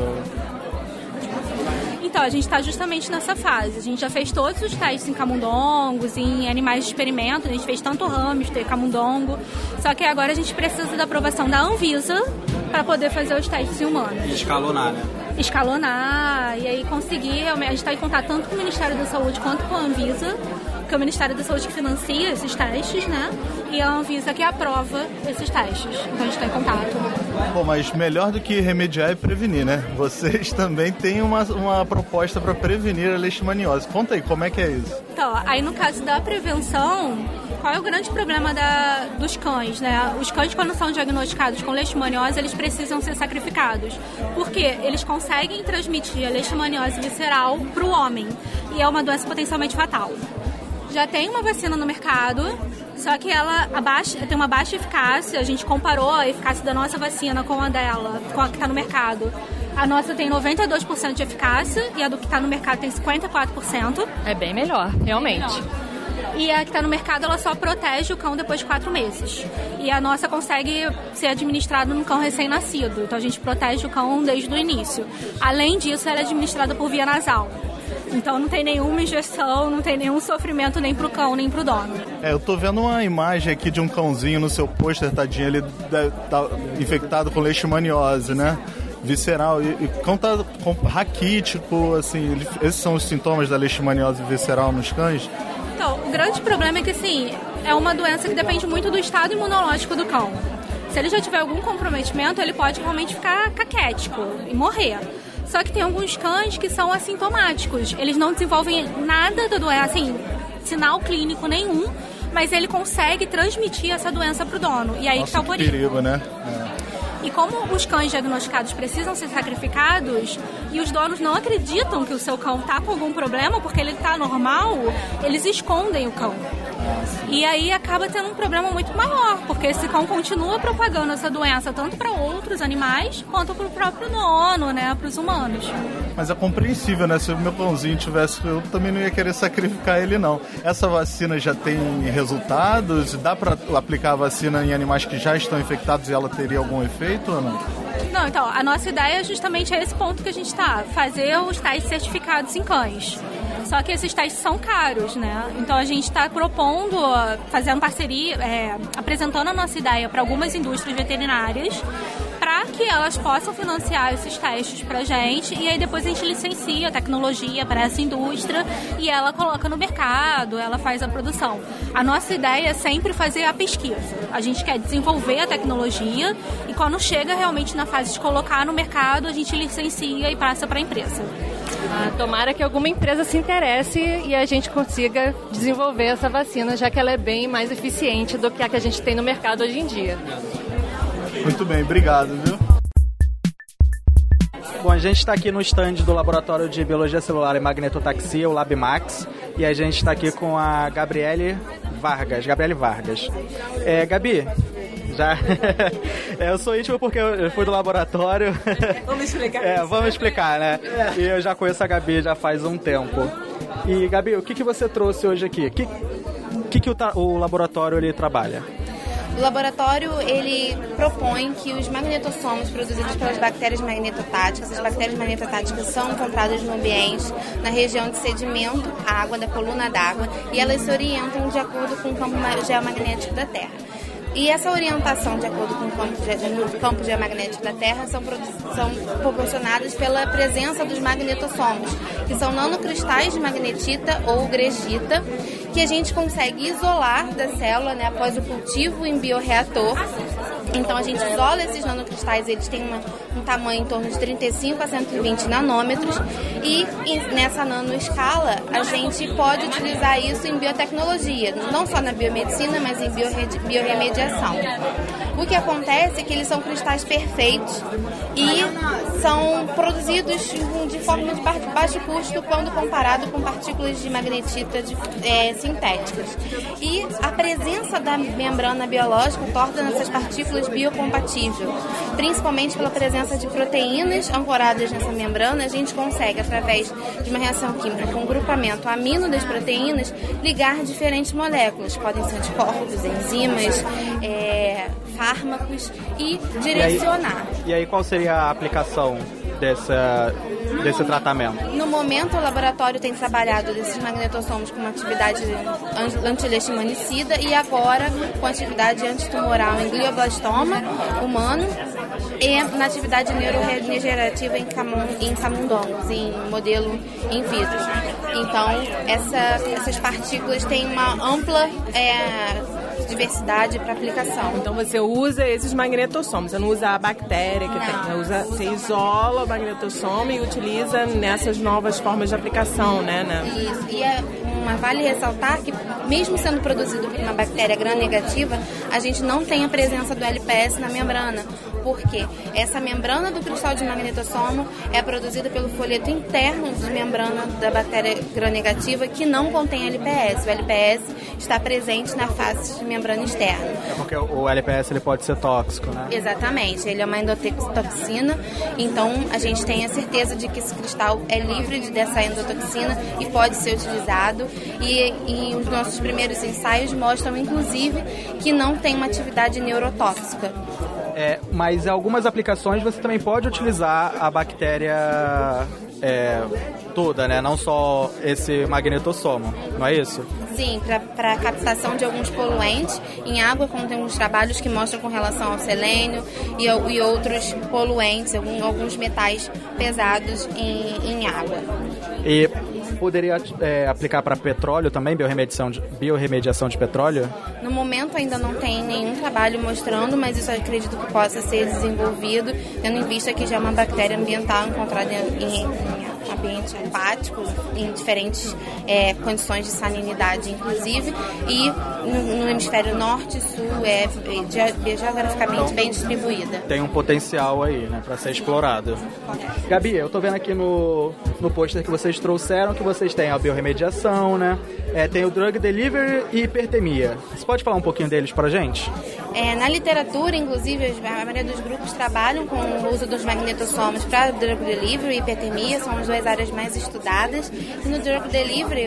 Então, a gente está justamente nessa fase. A gente já fez todos os testes em camundongos, em animais de experimento. A gente fez tanto hamster, camundongo. Só que agora a gente precisa da aprovação da Anvisa para poder fazer os testes em humanos. E escalonar, né? Escalonar e aí conseguir... A gente está em contato tanto com o Ministério da Saúde quanto com a Anvisa, que é o Ministério da Saúde que financia esses testes, né? E a Anvisa que aprova esses testes. Então a gente está em contato. Bom, mas melhor do que remediar é prevenir, né? Vocês também têm uma proposta para prevenir a leishmaniose. Conta aí, como é que é isso? Então, aí no caso da prevenção, qual é o grande problema dos cães, né? Os cães, quando são diagnosticados com leishmaniose, eles precisam ser sacrificados. Porque eles conseguem transmitir a leishmaniose visceral para o homem. E é uma doença potencialmente fatal. Já tem uma vacina no mercado, só que ela tem uma baixa eficácia. A gente comparou a eficácia da nossa vacina com a dela, com a que está no mercado. A nossa tem 92% de eficácia e a do que está no mercado tem 54%. É bem melhor, realmente. E a que está no mercado, ela só protege o cão depois de 4 meses. E a nossa consegue ser administrada no cão recém-nascido. Então a gente protege o cão desde o início. Além disso, ela é administrada por via nasal. Então não tem nenhuma injeção, não tem nenhum sofrimento nem pro cão, nem pro dono. Eu tô vendo uma imagem aqui de um cãozinho no seu pôster, tadinho, ele tá infectado com leishmaniose, né? Visceral. E o cão tá raquítico, assim, esses são os sintomas da leishmaniose visceral nos cães? Então, o grande problema é que, assim, é uma doença que depende muito do estado imunológico do cão. Se ele já tiver algum comprometimento, ele pode realmente ficar caquético e morrer. Só que tem alguns cães que são assintomáticos. Eles não desenvolvem nada da doença, assim, sinal clínico nenhum, mas ele consegue transmitir essa doença pro dono. E aí que tá o perigo. Perigo, né? E como os cães diagnosticados precisam ser sacrificados e os donos não acreditam que o seu cão tá com algum problema porque ele tá normal, eles escondem o cão. E aí acaba tendo um problema muito maior, porque esse cão continua propagando essa doença tanto para outros animais quanto para o próprio dono, né, para os humanos. Mas é compreensível, né? Se o meu cãozinho tivesse, eu também não ia querer sacrificar ele, não. Essa vacina já tem resultados? Dá para aplicar a vacina em animais que já estão infectados e ela teria algum efeito ou não? Não, então, a nossa ideia é justamente esse ponto que a gente está, fazer os testes certificados em cães. Só que esses testes são caros, né? Então a gente está propondo, fazendo parceria, apresentando a nossa ideia para algumas indústrias veterinárias para que elas possam financiar esses testes para a gente e aí depois a gente licencia a tecnologia para essa indústria e ela coloca no mercado, ela faz a produção. A nossa ideia é sempre fazer a pesquisa. A gente quer desenvolver a tecnologia e quando chega realmente na fase de colocar no mercado, a gente licencia e passa para a empresa. Tomara que alguma empresa se interesse e a gente consiga desenvolver essa vacina, já que ela é bem mais eficiente do que a gente tem no mercado hoje em dia. Muito bem, obrigado, viu? Bom, a gente está aqui no stand do Laboratório de Biologia Celular e Magnetotaxia, o LabMax, e a gente está aqui com a Gabriele Gabriele Vargas. Gabi, já... eu sou íntimo porque eu fui do laboratório. Vamos explicar Vamos explicar, né? E eu já conheço a Gabi já faz um tempo. E, Gabi, o que você trouxe hoje aqui? O que o laboratório ele trabalha? O laboratório, ele propõe que os magnetossomos produzidos pelas bactérias magnetotáticas, as bactérias magnetotáticas são encontradas no ambiente, na região de sedimento, água, da coluna d'água, e elas se orientam de acordo com o campo geomagnético da Terra. E essa orientação, de acordo com o campo geomagnético da Terra, são proporcionadas pela presença dos magnetossomos, que são nanocristais de magnetita ou gregita, que a gente consegue isolar da célula, né, após o cultivo em bioreator. Então a gente isola esses nanocristais, eles têm um tamanho em torno de 35 a 120 nanômetros e nessa nanoescala a gente pode utilizar isso em biotecnologia, não só na biomedicina, mas em biorremediação. O que acontece é que eles são cristais perfeitos e são produzidos de forma de baixo custo quando comparado com partículas de magnetita sintéticas. E a presença da membrana biológica torna essas partículas biocompatíveis, principalmente pela presença de proteínas ancoradas nessa membrana. A gente consegue, através de uma reação química com grupamento amino das proteínas, ligar diferentes moléculas, podem ser anticorpos, enzimas, fármacos e direcionar. E aí qual seria a aplicação desse tratamento? No momento, o laboratório tem trabalhado desses magnetossomos com uma atividade anti-leishmanicida e agora com atividade antitumoral em glioblastoma humano e na atividade neuroregenerativa em camundongos, em modelo in vitro. Então, essas partículas têm uma ampla diversidade para aplicação. Então você usa esses magnetossomos, você não usa a bactéria que tem, você isola o magnetossomo e utiliza nessas novas formas de aplicação, né? Isso, e vale ressaltar que mesmo sendo produzido por uma bactéria gram-negativa, a gente não tem a presença do LPS na membrana, porque essa membrana do cristal de magnetossomo é produzida pelo folheto interno de membrana da bactéria gram-negativa que não contém LPS. O LPS está presente na face de membrana externa. É porque o LPS ele pode ser tóxico, né? Exatamente, ele é uma endotoxina, então a gente tem a certeza de que esse cristal é livre dessa endotoxina e pode ser utilizado, e os nossos primeiros ensaios mostram, inclusive, que não tem uma atividade neurotóxica. Mas em algumas aplicações você também pode utilizar a bactéria toda, né? Não só esse magnetossomo, não é isso? Sim, para captação de alguns poluentes em água, como tem uns trabalhos que mostram com relação ao selênio e outros poluentes, alguns metais pesados em água. E poderia aplicar para petróleo também, biorremediação de petróleo? No momento ainda não tem nenhum trabalho mostrando, mas isso eu acredito que possa ser desenvolvido, tendo em vista que já é uma bactéria ambiental encontrada em ambiente aquático, em diferentes condições de salinidade, inclusive, e no hemisfério norte e sul geograficamente bem distribuída. Tem um potencial aí, né, para ser explorado. Gabi, eu tô vendo aqui no pôster que vocês trouxeram que vocês têm a biorremediação, né? Tem o drug delivery e hipertemia. Você pode falar um pouquinho deles pra gente? Na literatura, inclusive, a maioria dos grupos trabalham com o uso dos magnetossomos para drug delivery e hipertermia, são as duas áreas mais estudadas. E no drug delivery,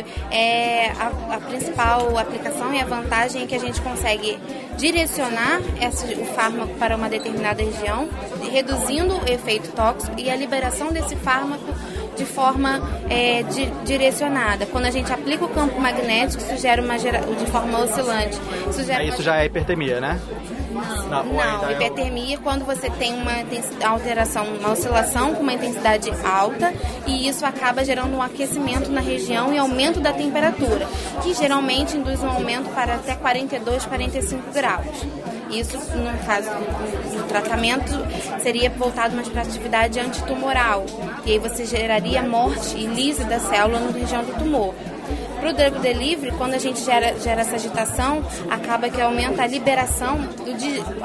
a principal aplicação e a vantagem é que a gente consegue direcionar o fármaco para uma determinada região, reduzindo o efeito tóxico e a liberação desse fármaco de forma direcionada. Quando a gente aplica o campo magnético, isso gera de forma oscilante. Isso já é hipertermia, né? Não, hipertermia é quando você tem uma alteração, uma oscilação com uma intensidade alta e isso acaba gerando um aquecimento na região e aumento da temperatura, que geralmente induz um aumento para até 42, 45 graus. Isso, no caso do tratamento, seria voltado mais para a atividade antitumoral, e aí você geraria morte e lise da célula na região do tumor. Para o drug delivery, quando a gente gera essa agitação, acaba que aumenta a liberação,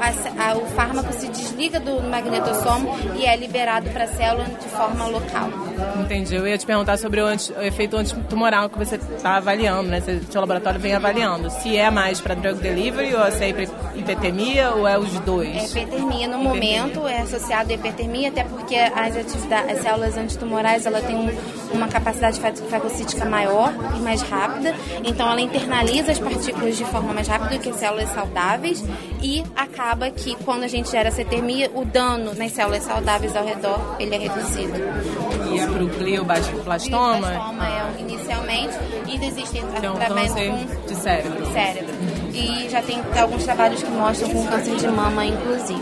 o fármaco se desliga do magnetossomo e é liberado para a célula de forma local. Entendi. Eu ia te perguntar sobre o efeito antitumoral que você está avaliando, né? Seu laboratório vem avaliando. Se é mais para drug delivery, ou se é hipertermia, ou é os dois? É hipertermia. No momento é associado à hipertermia, até porque as células antitumorais ela tem uma capacidade fagocítica maior e mais rápida, então ela internaliza as partículas de forma mais rápida que as células saudáveis e acaba que quando a gente gera essa hipertermia, o dano nas células saudáveis ao redor ele é reduzido. E é para o glioblastoma? Glioblastoma inicialmente, e existem câncer de cérebro. E já tem alguns trabalhos que mostram com câncer de mama, inclusive.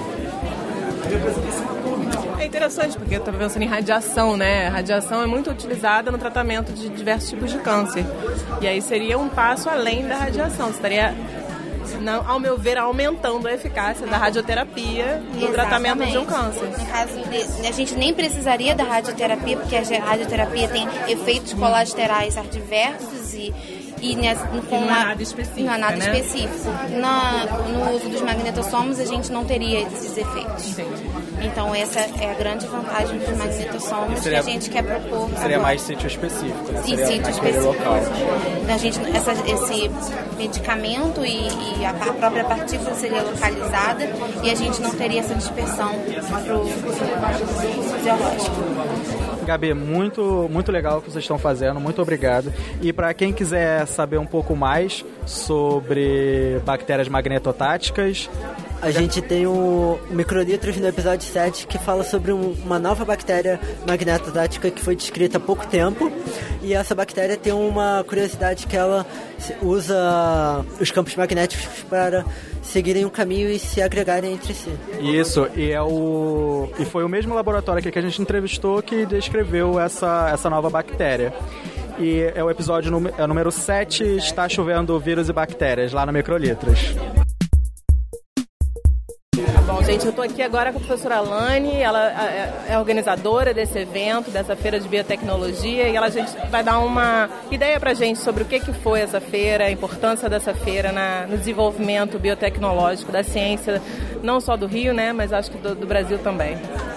É interessante, porque eu estou pensando em radiação, né? A radiação é muito utilizada no tratamento de diversos tipos de câncer. E aí seria um passo além da radiação. Você estaria, ao meu ver, aumentando a eficácia da radioterapia no tratamento de um câncer. No caso, a gente nem precisaria da radioterapia, porque a radioterapia tem efeitos colaterais adversos e não é nada específico. Não é nada específico. No uso dos magnetossomos a gente não teria esses efeitos. Entendi. Então essa é a grande vantagem dos magnetossomos que a gente quer propor. Seria mais sítio específico, né? Sim, sítio específico. Local. Então, esse medicamento e a própria partícula seria localizada e a gente não teria essa dispersão para o fisiológico. Gabi, muito legal o que vocês estão fazendo, muito obrigado. E para quem quiser saber um pouco mais sobre bactérias magnetotáticas, a gente tem o Microlitros no episódio 7 que fala sobre uma nova bactéria magnetotática que foi descrita há pouco tempo. E essa bactéria tem uma curiosidade que ela usa os campos magnéticos para seguirem um caminho e se agregarem entre si. Isso, e foi o mesmo laboratório aqui que a gente entrevistou que descreveu essa nova bactéria. E é o episódio número 7, Está Chovendo Vírus e Bactérias, lá no Microlitros. Bom, gente, eu estou aqui agora com a professora Alane, ela é organizadora desse evento, dessa feira de biotecnologia, e ela vai dar uma ideia para a gente sobre o que foi essa feira, a importância dessa feira no desenvolvimento biotecnológico da ciência, não só do Rio, né, mas acho que do Brasil também.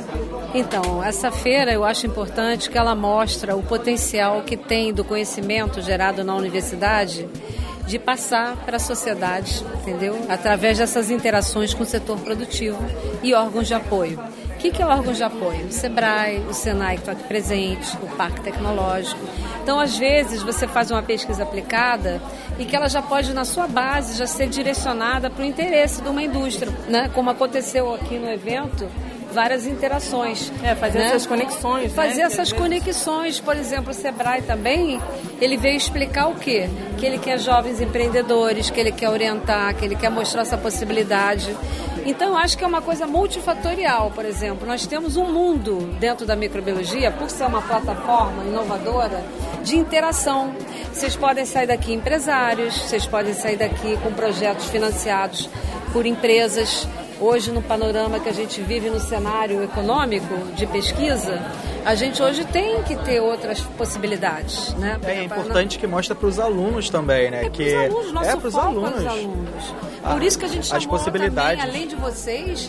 Então, essa feira eu acho importante que ela mostra o potencial que tem do conhecimento gerado na universidade de passar para a sociedade, entendeu? Através dessas interações com o setor produtivo e órgãos de apoio. O que é órgãos de apoio? O SEBRAE, o SENAI que está aqui presente, o Parque Tecnológico. Então, às vezes, você faz uma pesquisa aplicada e que ela já pode, na sua base, já ser direcionada para o interesse de uma indústria, né? Como aconteceu aqui no evento, várias interações. Fazer essas conexões. Fazer essas conexões. Por exemplo, o SEBRAE também, ele veio explicar o quê? Que ele quer jovens empreendedores, que ele quer orientar, que ele quer mostrar essa possibilidade. Então, eu acho que é uma coisa multifatorial, por exemplo. Nós temos um mundo dentro da microbiologia, por ser uma plataforma inovadora, de interação. Vocês podem sair daqui empresários, vocês podem sair daqui com projetos financiados por empresas. Hoje, no panorama que a gente vive no cenário econômico de pesquisa, a gente hoje tem que ter outras possibilidades, né? É importante que mostre para os alunos também, né? Para os alunos. Por isso que a gente chamou também, além de vocês,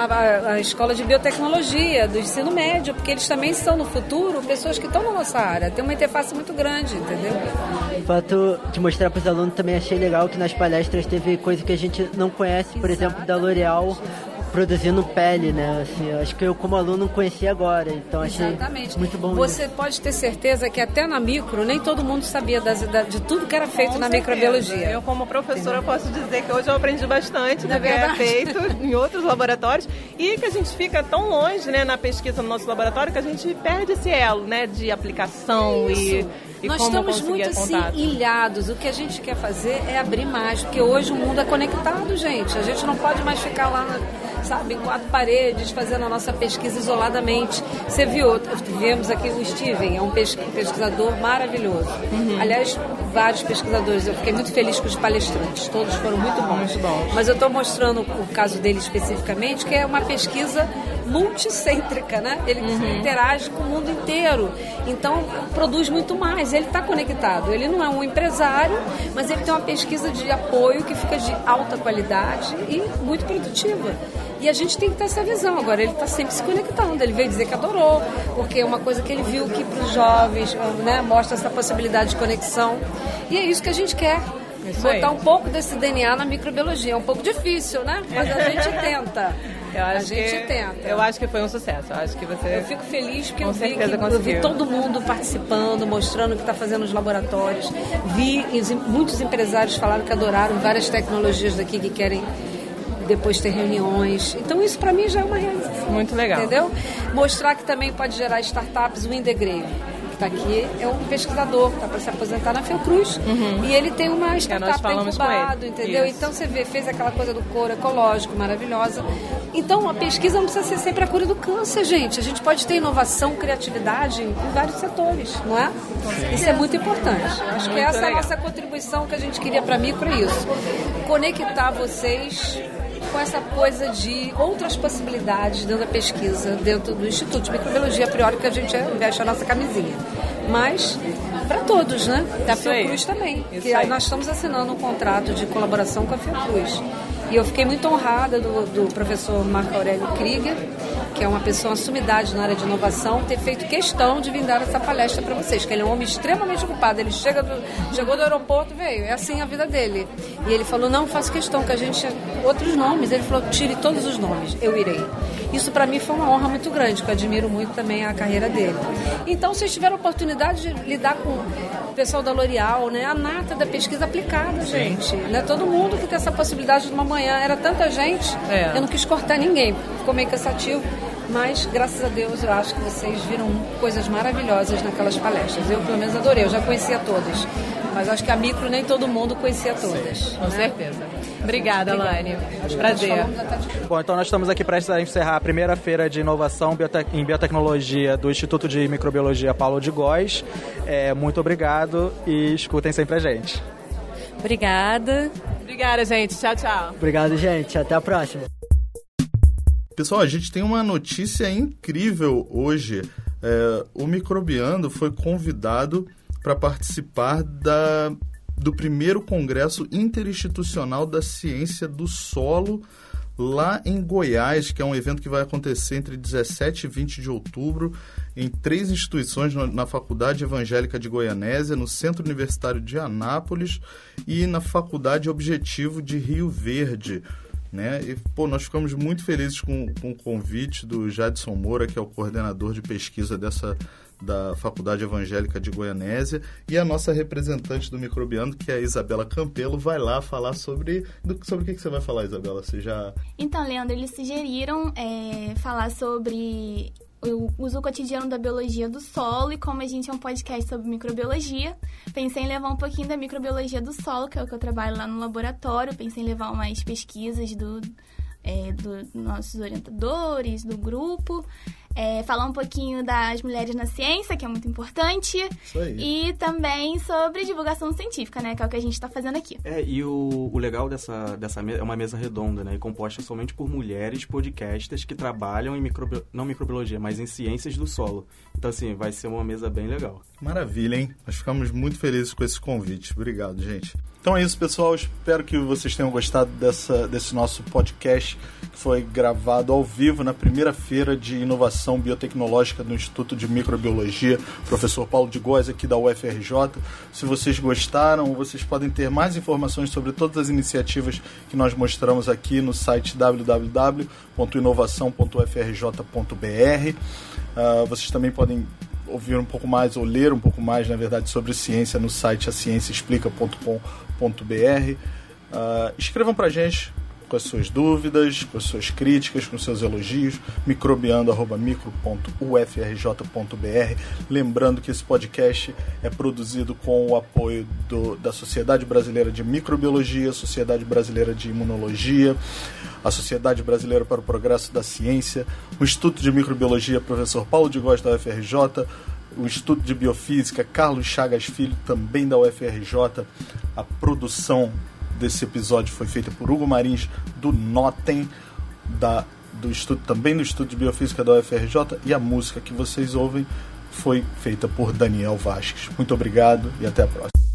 a Escola de Biotecnologia do ensino médio, porque eles também são, no futuro, pessoas que estão na nossa área. Tem uma interface muito grande, entendeu? O fato de mostrar para os alunos também achei legal que nas palestras teve coisa que a gente não conhece, por exemplo, da L'Oréal produzindo pele, né? Assim, acho que eu como aluno não conhecia agora, então achei muito bom. Você pode ter certeza que até na micro, nem todo mundo sabia de tudo que era feito na microbiologia. Eu como professora posso dizer que hoje eu aprendi bastante do que é feito em outros laboratórios e que a gente fica tão longe, né, na pesquisa no nosso laboratório que a gente perde esse elo, né, de aplicação e nós estamos muito assim ilhados. O que a gente quer fazer é abrir mais, porque hoje o mundo é conectado, gente. A gente não pode mais ficar lá, sabe, em 4 paredes, fazendo a nossa pesquisa isoladamente. Você viu, vemos aqui o Steven, é um pesquisador maravilhoso. Aliás, vários pesquisadores, eu fiquei muito feliz com os palestrantes, todos foram muito bons. Mas eu estou mostrando o caso dele especificamente, que é uma pesquisa multicêntrica, né? Ele interage com o mundo inteiro, então produz muito mais. Ele está conectado, ele não é um empresário, mas ele tem uma pesquisa de apoio que fica de alta qualidade e muito produtiva. E a gente tem que ter essa visão. Agora, ele está sempre se conectando. Ele veio dizer que adorou, porque é uma coisa que ele viu que para os jovens, né, mostra essa possibilidade de conexão. E é isso que a gente quer. Botar um pouco desse DNA na microbiologia. É um pouco difícil, né? Mas a gente tenta. Eu acho que foi um sucesso. Eu fico feliz porque eu vi todo mundo participando, mostrando o que está fazendo nos laboratórios. Muitos empresários falaram que adoraram várias tecnologias daqui que querem depois ter reuniões. Então isso para mim já é uma realização. Muito legal. Entendeu? Mostrar que também pode gerar startups. O Windegrave, que está aqui, é um pesquisador que está para se aposentar na Fiocruz. E ele tem uma startup incubado, entendeu? Isso. Então você vê, fez aquela coisa do couro ecológico maravilhosa. Então a pesquisa não precisa ser sempre a cura do câncer, gente. A gente pode ter inovação, criatividade em vários setores, não é? Isso é muito importante. Acho que essa é a nossa contribuição que a gente queria para a micro, é isso. Conectar vocês com essa coisa de outras possibilidades dentro da pesquisa, dentro do Instituto de Microbiologia, a priori que a gente veste a nossa camisinha. Mas para todos, né? Da Fiocruz também. Que nós estamos assinando um contrato de colaboração com a Fiocruz. E eu fiquei muito honrada do professor Marco Aurélio Krieger, que é uma pessoa, uma sumidade na área de inovação, ter feito questão de vir dar essa palestra para vocês, que ele é um homem extremamente ocupado. Ele chegou do aeroporto, veio, é assim a vida dele. E ele falou, não, faço questão que a gente... Outros nomes. Ele falou, tire todos os nomes, eu irei. Isso para mim foi uma honra muito grande, que eu admiro muito também a carreira dele. Então, vocês tiveram a oportunidade de lidar com o pessoal da L'Oréal, né? A nata da pesquisa aplicada, gente. Né? Todo mundo que tem essa possibilidade de uma manhã. Era tanta gente, eu não quis cortar ninguém. Ficou meio cansativo. Mas, graças a Deus, eu acho que vocês viram coisas maravilhosas naquelas palestras. Eu, pelo menos, adorei. Eu já conhecia todas. Mas acho que a micro nem todo mundo conhecia todas. Com certeza. Obrigada, Laine. Prazer. Bom, então nós estamos aqui para encerrar a primeira feira de inovação em biotecnologia do Instituto de Microbiologia Paulo de Góes. Muito obrigado e escutem sempre a gente. Obrigada. Obrigada, gente. Tchau, tchau. Obrigado, gente. Até a próxima. Pessoal, a gente tem uma notícia incrível hoje. O Microbiando foi convidado para participar do primeiro Congresso Interinstitucional da Ciência do Solo lá em Goiás, que é um evento que vai acontecer entre 17 e 20 de outubro em 3 instituições, na Faculdade Evangélica de Goianésia, no Centro Universitário de Anápolis e na Faculdade Objetivo de Rio Verde. Né? E, nós ficamos muito felizes com o convite do Jadson Moura, que é o coordenador de pesquisa da Faculdade Evangélica de Goianésia, e a nossa representante do Microbiando, que é a Isabela Campelo, vai lá falar sobre o que você vai falar, Isabela? Então, Leandro, eles sugeriram falar sobre o uso cotidiano da biologia do solo, e como a gente é um podcast sobre microbiologia, pensei em levar um pouquinho da microbiologia do solo, que é o que eu trabalho lá no laboratório, pensei em levar umas pesquisas dos nossos orientadores, do grupo, falar um pouquinho das mulheres na ciência, que é muito importante. Isso aí. E também sobre divulgação científica, né, que é o que a gente está fazendo aqui. E o legal dessa mesa é uma mesa redonda, né, e composta somente por mulheres podcasters que trabalham em não microbiologia, mas em ciências do solo. Então, assim, vai ser uma mesa bem legal. Maravilha, hein? Nós ficamos muito felizes com esse convite. Obrigado, gente. Então é isso, pessoal. Espero que vocês tenham gostado desse nosso podcast, que foi gravado ao vivo na primeira feira de inovação biotecnológica do Instituto de Microbiologia, professor Paulo de Góes, aqui da UFRJ. Se vocês gostaram, vocês podem ter mais informações sobre todas as iniciativas que nós mostramos aqui no site www.inovação.ufrj.br. Vocês também podem ouvir um pouco mais, ou ler um pouco mais, na verdade, sobre ciência no site acienciaexplica.com.br. Escrevam pra gente com as suas dúvidas, com as suas críticas, com os seus elogios, microbiando@micro.ufrj.br. Lembrando que esse podcast é produzido com o apoio da Sociedade Brasileira de Microbiologia, Sociedade Brasileira de Imunologia, a Sociedade Brasileira para o Progresso da Ciência, o Instituto de Microbiologia, professor Paulo de Góes, da UFRJ, o Instituto de Biofísica, Carlos Chagas Filho, também da UFRJ. A produção desse episódio foi feita por Hugo Marins, do Notem, também do Instituto de Biofísica da UFRJ, e a música que vocês ouvem foi feita por Daniel Vasques. Muito obrigado e até a próxima.